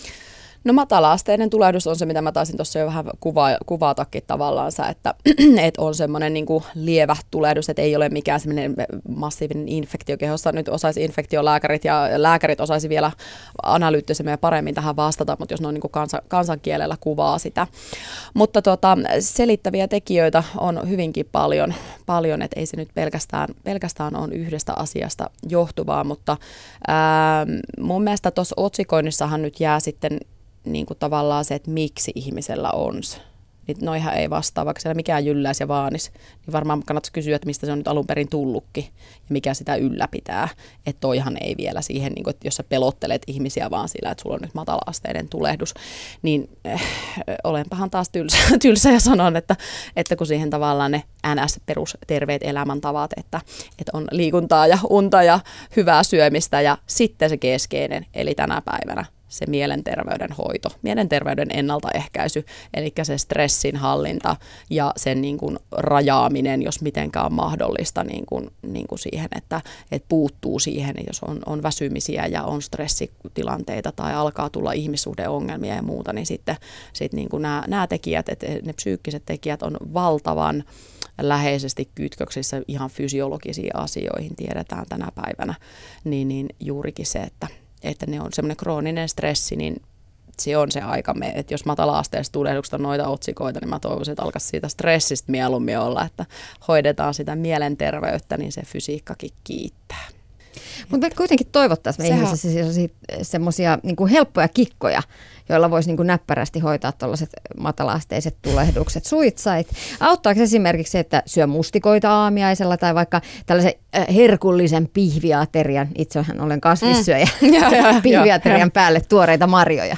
No matala-asteinen tulehdus on se, mitä mä taisin tuossa jo vähän kuva, kuvaatakin tavallaan, että, että on semmoinen niin kuin lievä tulehdus, että ei ole mikään semmoinen massiivinen infektio kehossa. Nyt osaisi infektiolääkärit ja lääkärit osaisi vielä analyyttisemmin ja paremmin tähän vastata, mutta jos ne on niin kuin kansan, kansankielellä kuvaa sitä. Mutta tuota, selittäviä tekijöitä on hyvinkin paljon, paljon että ei se nyt pelkästään, pelkästään on yhdestä asiasta johtuvaa, mutta ää, mun mielestä tuossa otsikoinnissahan nyt jää sitten niin kuin tavallaan se, että miksi ihmisellä on se. Niin noihän ei vastaa, vaikka siellä mikään jylläisi ja vaanis, niin varmaan kannattaisi kysyä, että mistä se on nyt alun perin tullutkin ja mikä sitä ylläpitää. Että toihan ei vielä siihen, niin kuin, että jos sä pelottelet ihmisiä vaan sillä, että sulla on nyt matala-asteinen tulehdus, niin äh, olenpahan taas tylsä, tylsä ja sanon, että, että kun siihen tavallaan ne N S-perusterveet elämäntavat, että, että on liikuntaa ja unta ja hyvää syömistä ja sitten se keskeinen, eli tänä päivänä se mielenterveyden hoito, mielenterveyden ennaltaehkäisy, eli se stressin hallinta ja sen niin kuin rajaaminen, jos mitenkään on mahdollista niin kuin, niin kuin siihen, että, että puuttuu siihen, jos on, on väsymisiä ja on stressitilanteita tai alkaa tulla ihmissuhdeongelmia ja muuta, niin sitten sit niin kuin nämä, nämä tekijät, että ne psyykkiset tekijät on valtavan läheisesti kytköksissä ihan fysiologisiin asioihin, tiedetään tänä päivänä, niin, niin juurikin se, että että ne on semmoinen krooninen stressi, niin se on se aika, että jos matala-asteessa tulehduksesta on noita otsikoita, niin mä toivoisin, että alkaisi siitä stressistä mieluummin olla, että hoidetaan sitä mielenterveyttä, niin se fysiikkakin kiittää. Mutta me kuitenkin toivottaisiin me ihmisissä semmoisia niin helppoja kikkoja, joilla voisi niin kuin näppärästi hoitaa tuollaiset matala-asteiset tulehdukset, suitsait. Auttaako esimerkiksi se, että syö mustikoita aamiaisella tai vaikka tällaisen herkullisen pihviaterian, itsehän olen kasvissyöjä, mm. pihviaterian päälle tuoreita marjoja?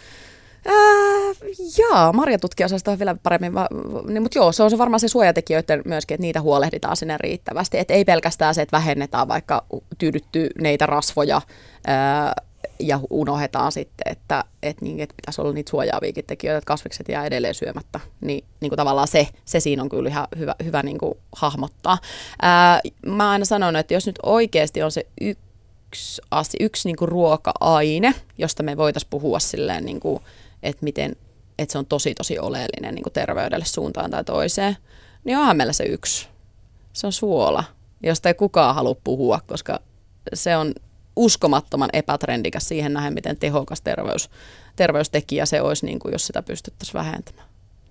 Äh, jaa, marjatutkija osaa sitä vielä paremmin, va- niin, mutta joo, se on se varmaan se suojatekijöiden myöskin, että niitä huolehditaan sinne riittävästi. Et ei pelkästään se, että vähennetään vaikka tyydyttyneitä rasvoja ää, ja unohdetaan sitten, että et niin, et pitäisi olla niitä suojaaviakin tekijöitä, että kasvikset jää edelleen syömättä. Niin, niin kuin tavallaan se, se siinä on kyllä ihan hyvä, hyvä niin kuin hahmottaa. Ää, mä aina sanon, että jos nyt oikeasti on se yksi, asia, yksi niin kuin ruoka-aine, josta me voitaisiin puhua silleen niin kuin että miten, että se on tosi tosi oleellinen niin kuin terveydelle suuntaan tai toiseen, niin onhan meillä se yksi. Se on suola, josta ei kukaan halua puhua, koska se on uskomattoman epätrendikäs siihen nähden, miten tehokas terveys, terveystekijä se olisi, niin kuin jos sitä pystyttäisiin vähentämään.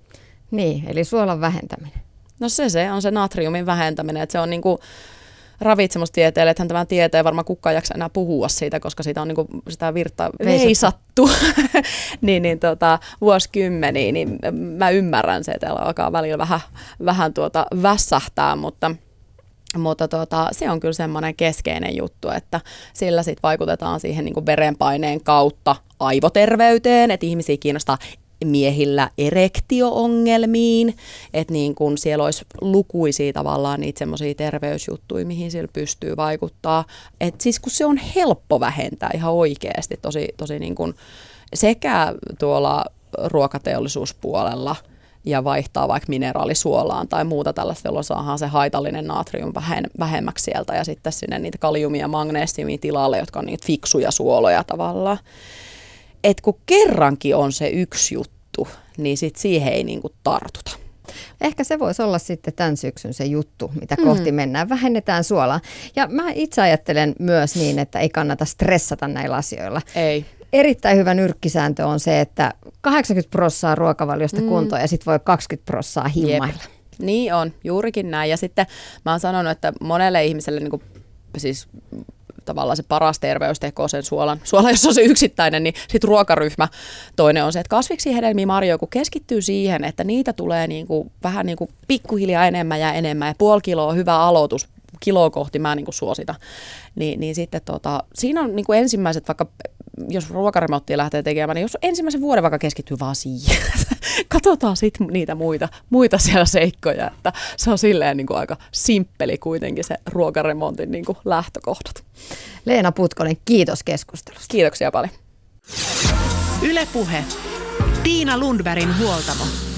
Niin, eli suolan vähentäminen. No se, se on se natriumin vähentäminen, että se on niin kuin ravitsemustieteelle, että tämän tieteen varmaan kukaan jaksa enää puhua siitä, koska siitä on niin kuin sitä virtaa veisattu niin, niin tota, vuosikymmeniä, niin mä ymmärrän se, että alkaa välillä vähän, vähän tuota vässähtää, mutta, mutta tuota, se on kyllä semmoinen keskeinen juttu, että sillä sit vaikutetaan siihen niin kuin verenpaineen kautta aivoterveyteen, että ihmisiä kiinnostaa miehillä erektio-ongelmiin, että niin kun siellä olisi lukuisia tavallaan niitä semmoisia terveysjuttuja, mihin sillä pystyy vaikuttaa. Et siis kun se on helppo vähentää ihan oikeasti tosi, tosi niin kun sekä tuolla ruokateollisuuspuolella ja vaihtaa vaikka mineraalisuolaan tai muuta tällaista, jolloin saadaan se haitallinen natrium vähemmäksi sieltä ja sitten sinne niitä kaliumia ja magneesiumia tilalle, jotka on niitä fiksuja suoloja tavallaan. Että kun kerrankin on se yksi juttu, niin sit siihen ei niinku tartuta. Ehkä se voisi olla sitten tämän syksyn se juttu, mitä kohti mm. mennään. Vähennetään suolaa. Ja mä itse ajattelen myös niin, että ei kannata stressata näillä asioilla. Ei. Erittäin hyvä nyrkkisääntö on se, että kahdeksankymmentä prosenttia ruokavaliosta mm. kuntoon ja sitten voi kaksikymmentä prosenttia himmailla. Jep. Niin on, juurikin näin. Ja sitten mä oon sanonut, että monelle ihmiselle niinku, siis tavallaan se paras terveysteko sen suolan, suola, jos on se yksittäinen, niin sitten ruokaryhmä. Toinen on se, että kasviksi hedelmiä marjoja, kun keskittyy siihen, että niitä tulee niinku, vähän niin kuin pikkuhiljaa enemmän ja enemmän, ja puoli kiloa hyvä aloitus, kiloa kohti mä niin kuin suosita, niin, niin sitten tota, siinä on niin kuin ensimmäiset, vaikka jos ruokaremonttia lähtee tekemään, niin jos ensimmäisen vuoden vaikka keskittyy vaan siihen, katsotaan sitten niitä muita, muita siellä seikkoja, että se on silleen niin kuin aika simppeli kuitenkin se ruokaremontin niin kuin lähtökohdat. Leena Putkonen, kiitos keskustelusta. Kiitoksia paljon. Yle Puhe. Tiina Lundbergin huoltamo.